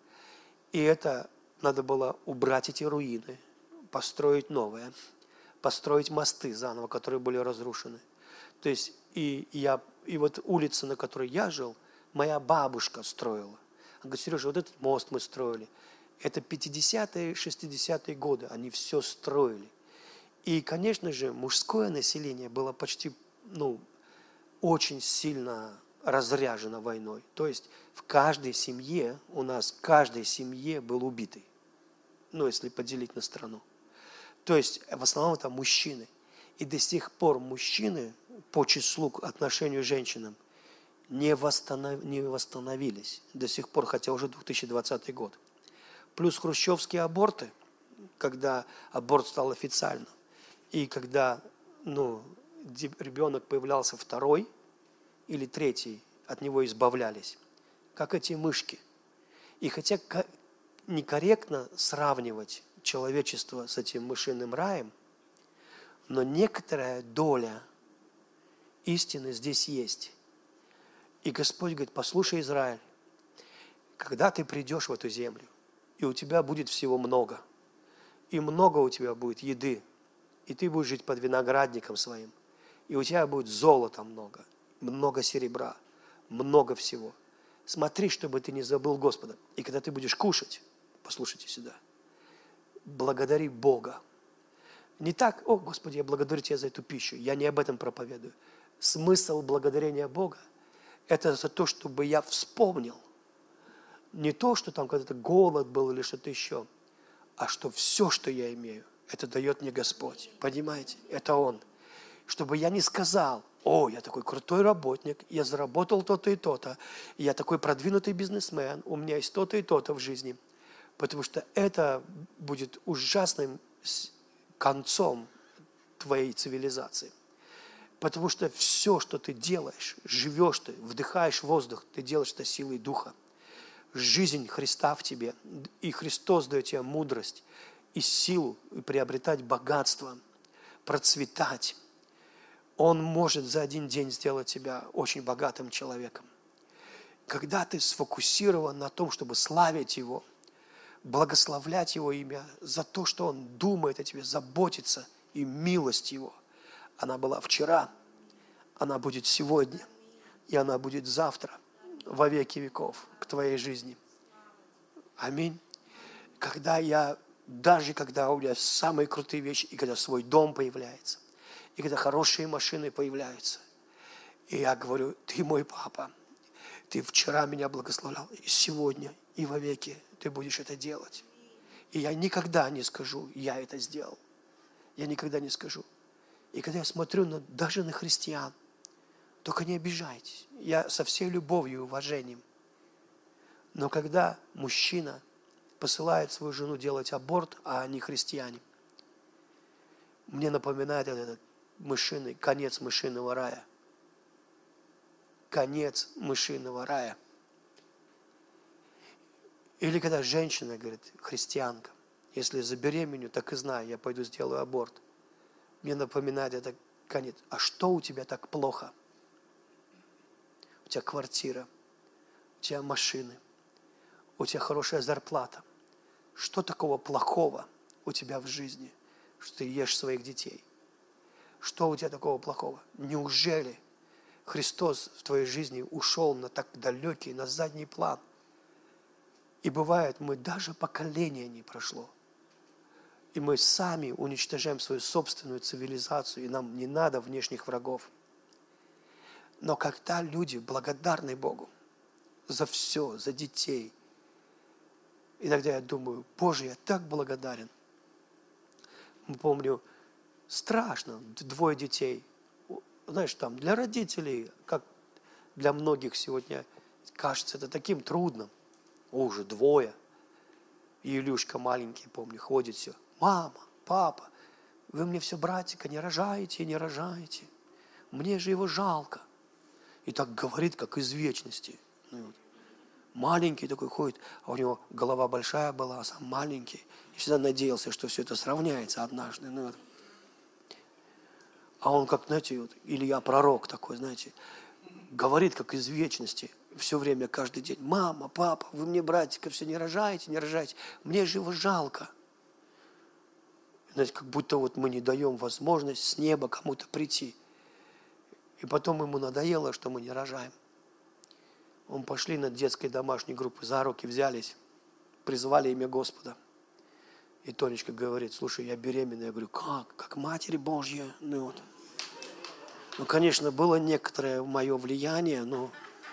И это надо было убрать эти руины, построить новое, построить мосты заново, которые были разрушены. То есть и, я, и вот улица, на которой я жил, моя бабушка строила. Она говорит: Сережа, вот этот мост мы строили. Это пятидесятые, шестидесятые годы, они все строили. И, конечно же, мужское население было почти, ну, очень сильно разряжено войной. То есть в каждой семье, у нас в каждой семье был убитый. Ну, если поделить на страну. То есть в основном это мужчины. И до сих пор мужчины по числу к отношению к женщинам не, восстанов... не восстановились. До сих пор, хотя уже две тысячи двадцатый год. Плюс хрущевские аборты, когда аборт стал официальным. И когда, ну, ребенок появлялся второй или третий, от него избавлялись. Как эти мышки. И хотя некорректно сравнивать человечество с этим мышиным раем, но некоторая доля истины здесь есть. И Господь говорит: послушай, Израиль, когда ты придешь в эту землю, и у тебя будет всего много, и много у тебя будет еды, и ты будешь жить под виноградником своим, и у тебя будет золота много, много серебра, много всего. Смотри, чтобы ты не забыл Господа. И когда ты будешь кушать, послушайте сюда, благодари Бога. Не так: о, Господи, я благодарю Тебя за эту пищу. Я не об этом проповедую. Смысл благодарения Бога – это за то, чтобы я вспомнил. Не то, что там когда-то голод был или что-то еще, а что все, что я имею, это дает мне Господь. Понимаете? Это Он. Чтобы я не сказал: о, я такой крутой работник, я заработал то-то и то-то, я такой продвинутый бизнесмен, у меня есть то-то и то-то в жизни. Потому что это будет ужасным концом твоей цивилизации. Потому что все, что ты делаешь, живешь ты, вдыхаешь воздух, ты делаешь это силой Духа. Жизнь Христа в тебе, и Христос дает тебе мудрость и силу, и приобретать богатство, процветать. Он может за один день сделать тебя очень богатым человеком. Когда ты сфокусирован на том, чтобы славить Его, благословлять Его имя за то, что Он думает о тебе, заботится, и милость Его, она была вчера, она будет сегодня, и она будет завтра, во веки веков, к твоей жизни. Аминь. Когда я, даже когда у меня самые крутые вещи, и когда свой дом появляется, и когда хорошие машины появляются, и я говорю: ты мой папа, ты вчера меня благословлял, и сегодня, и вовеки ты будешь это делать. И я никогда не скажу: я это сделал. Я никогда не скажу. И когда я смотрю на, даже на христиан, только не обижайтесь. Я со всей любовью и уважением. Но когда мужчина посылает свою жену делать аборт, а они христиане, мне напоминает этот мышиный, конец мышиного рая. Конец мышиного рая. Или когда женщина говорит, христианка: если забеременю, так и знаю, я пойду сделаю аборт. Мне напоминает это конец. А что у тебя так плохо? У тебя квартира, у тебя машины, у тебя хорошая зарплата. Что такого плохого у тебя в жизни, что ты ешь своих детей? Что у тебя такого плохого? Неужели Христос в твоей жизни ушел на так далекий, на задний план? И бывает, мы даже поколение не прошло. И мы сами уничтожаем свою собственную цивилизацию, и нам не надо внешних врагов. Но когда люди благодарны Богу за все, за детей, иногда я думаю: Боже, я так благодарен. Помню, страшно, двое детей. Знаешь, там для родителей, как для многих сегодня, кажется это таким трудным. О, уже двое. И Илюшка маленький, помню, ходит все: мама, папа, вы мне все братика не рожаете, не рожаете. Мне же его жалко. И так говорит, как из вечности. Ну, вот. Маленький такой ходит, а у него голова большая была, а сам маленький. И всегда надеялся, что все это сравняется однажды. Ну, вот. А он как, знаете, вот, Илья пророк такой, знаете, говорит, как из вечности. Все время, каждый день: мама, папа, вы мне братика все не рожаете, не рожаете. Мне же его жалко. Знаете, как будто вот мы не даем возможность с неба кому-то прийти. И потом ему надоело, что мы не рожаем. Он пошли на детской домашней группы, за руки взялись, призвали имя Господа. И Тонечка говорит: слушай, я беременна. Я говорю: как? Как Матери Божья? Ну, вот. Ну, конечно, было некоторое мое влияние, но...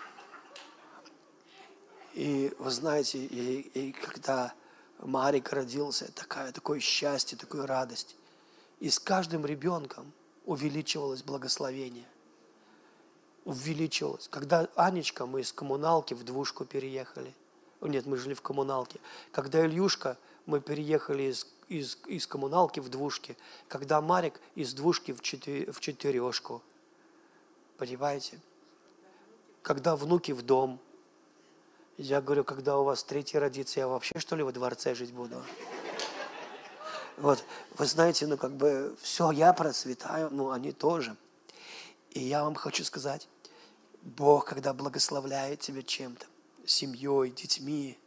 И вы знаете, и, и когда Марик родился, такая, такое счастье, такая радость. И с каждым ребенком увеличивалось благословение. Увеличивалось. Когда Анечка, мы из коммуналки в двушку переехали. Нет, мы жили в коммуналке. Когда Ильюшка, мы переехали из, из, из коммуналки в двушки. Когда Марик, из двушки в, четы, в четырешку. Понимаете? Когда внуки в дом. Я говорю, когда у вас третий родится, я вообще, что ли, во дворце жить буду? Вот, вы знаете, ну, как бы, все, я процветаю, ну, они тоже. И я вам хочу сказать, Бог, когда благословляет тебя чем-то, семьей, детьми,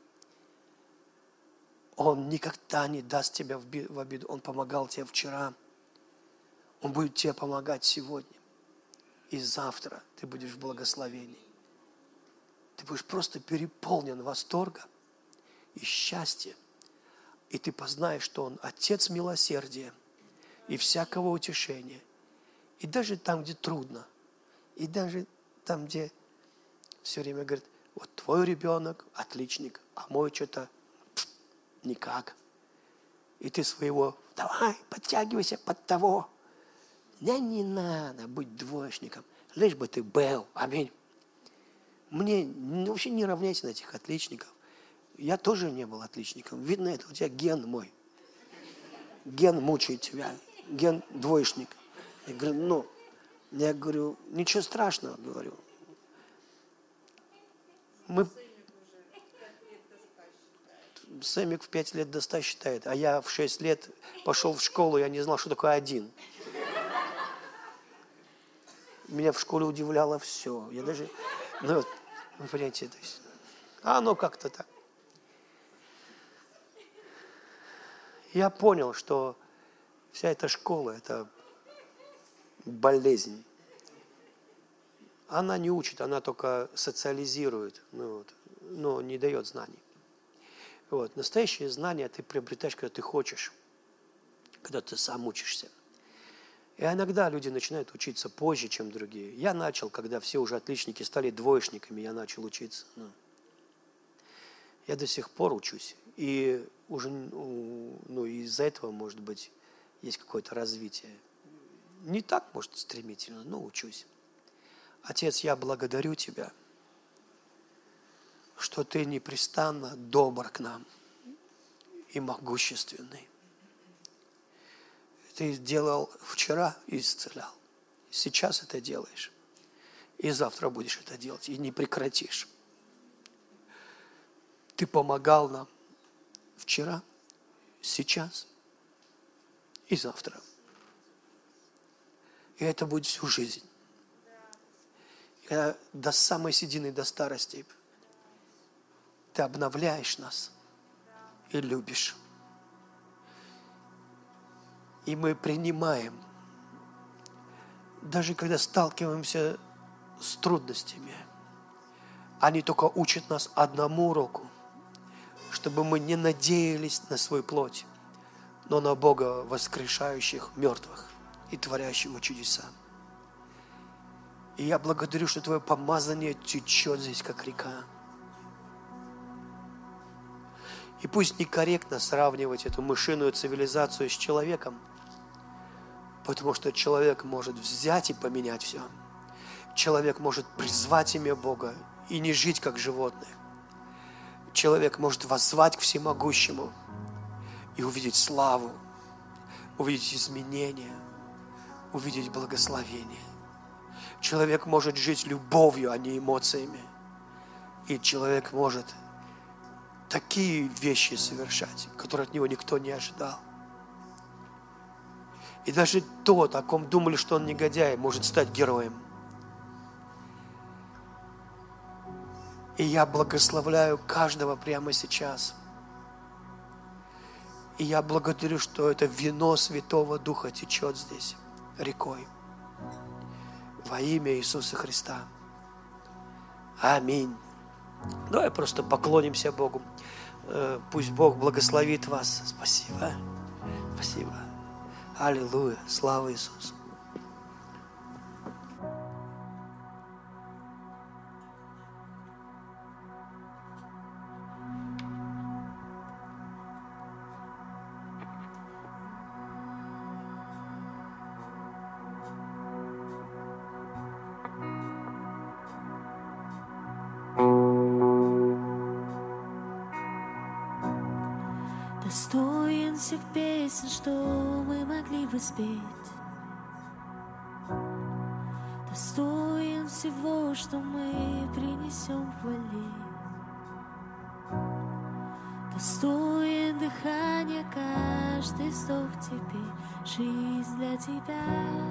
Он никогда не даст тебя в обиду. Он помогал тебе вчера, Он будет тебе помогать сегодня. И завтра ты будешь в благословении. Ты будешь просто переполнен восторгом и счастьем. И ты познаешь, что Он Отец милосердия и всякого утешения. И даже там, где трудно, и даже там, где все время говорит: вот твой ребенок отличник, а мой что-то никак. И ты своего: давай, подтягивайся под того. Да не надо быть двоечником, лишь бы ты был. Аминь. Мне вообще не равняйся на этих отличников. Я тоже не был отличником. Видно, это у тебя ген мой. Ген мучает тебя. Ген двоечник. Я говорю, ну, я говорю, ничего страшного, говорю. Мы... Сэмик в пять лет до ста считает, а я в шесть лет пошел в школу, я не знал, что такое один. Меня в школе удивляло все. Я даже... Ну, вот, вы понимаете, то есть... А оно как-то так. Я понял, что вся эта школа – это болезнь. Она не учит, она только социализирует, ну, вот, но не дает знаний. Вот. Настоящее знание ты приобретаешь, когда ты хочешь, когда ты сам учишься. И иногда люди начинают учиться позже, чем другие. Я начал, когда все уже отличники стали двоечниками, я начал учиться. Ну. Я до сих пор учусь. И уже ну, из-за этого, может быть, есть какое-то развитие. Не так, может, стремительно, но учусь. Отец, я благодарю Тебя, что Ты непрестанно добр к нам и могущественный. Ты делал вчера и исцелял. Сейчас это делаешь. И завтра будешь это делать. И не прекратишь. Ты помогал нам вчера, сейчас и завтра. И это будет всю жизнь. И до самой седины, до старости Ты обновляешь нас и любишь. И мы принимаем, даже когда сталкиваемся с трудностями, они только учат нас одному уроку, чтобы мы не надеялись на свою плоть, но на Бога, воскрешающих мертвых и творящего чудеса. И я благодарю, что Твое помазание течет здесь, как река. И пусть некорректно сравнивать эту мышиную цивилизацию с человеком, потому что человек может взять и поменять все. Человек может призвать имя Бога и не жить как животное. Человек может воззвать к Всемогущему и увидеть славу, увидеть изменения, увидеть благословение. Человек может жить любовью, а не эмоциями. И человек может такие вещи совершать, которые от него никто не ожидал. И даже тот, о ком думали, что он негодяй, может стать героем. И я благословляю каждого прямо сейчас. И я благодарю, что это вино Святого Духа течет здесь рекой. Во имя Иисуса Христа. Аминь. Давай просто поклонимся Богу. Э, Пусть Бог благословит вас. Спасибо. Спасибо. Аллилуйя. Слава Иисусу. Достоин всех песен, что мы могли бы спеть. Достоин всего, что мы принесем в хвале. Достоин дыхания каждый вздох тебе, жизнь для тебя.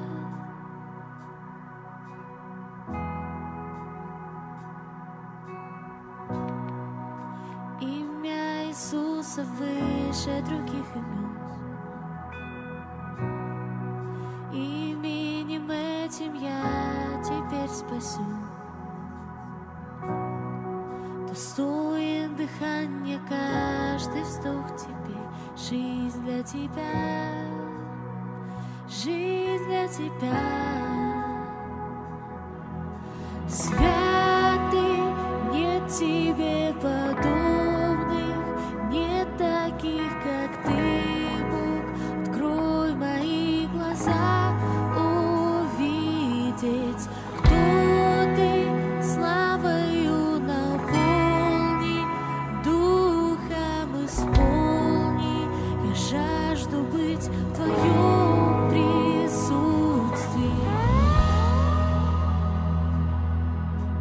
Имя Иисуса выше других имен. Именем этим я теперь спасен. Достоин дыхания каждый вздох тебе, жизнь для тебя, жизнь для тебя. Святый, нет тебе подобных, нет таких, как ты, Бог. Открой мои глаза, увидеть, кто ты, славою наполни, духом исполни. Я жажду быть в твоем присутствии.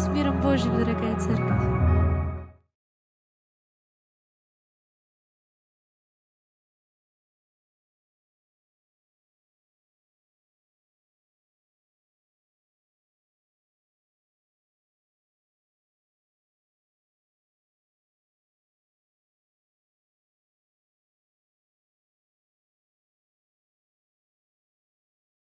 С миром Божьим, дорогая церковь.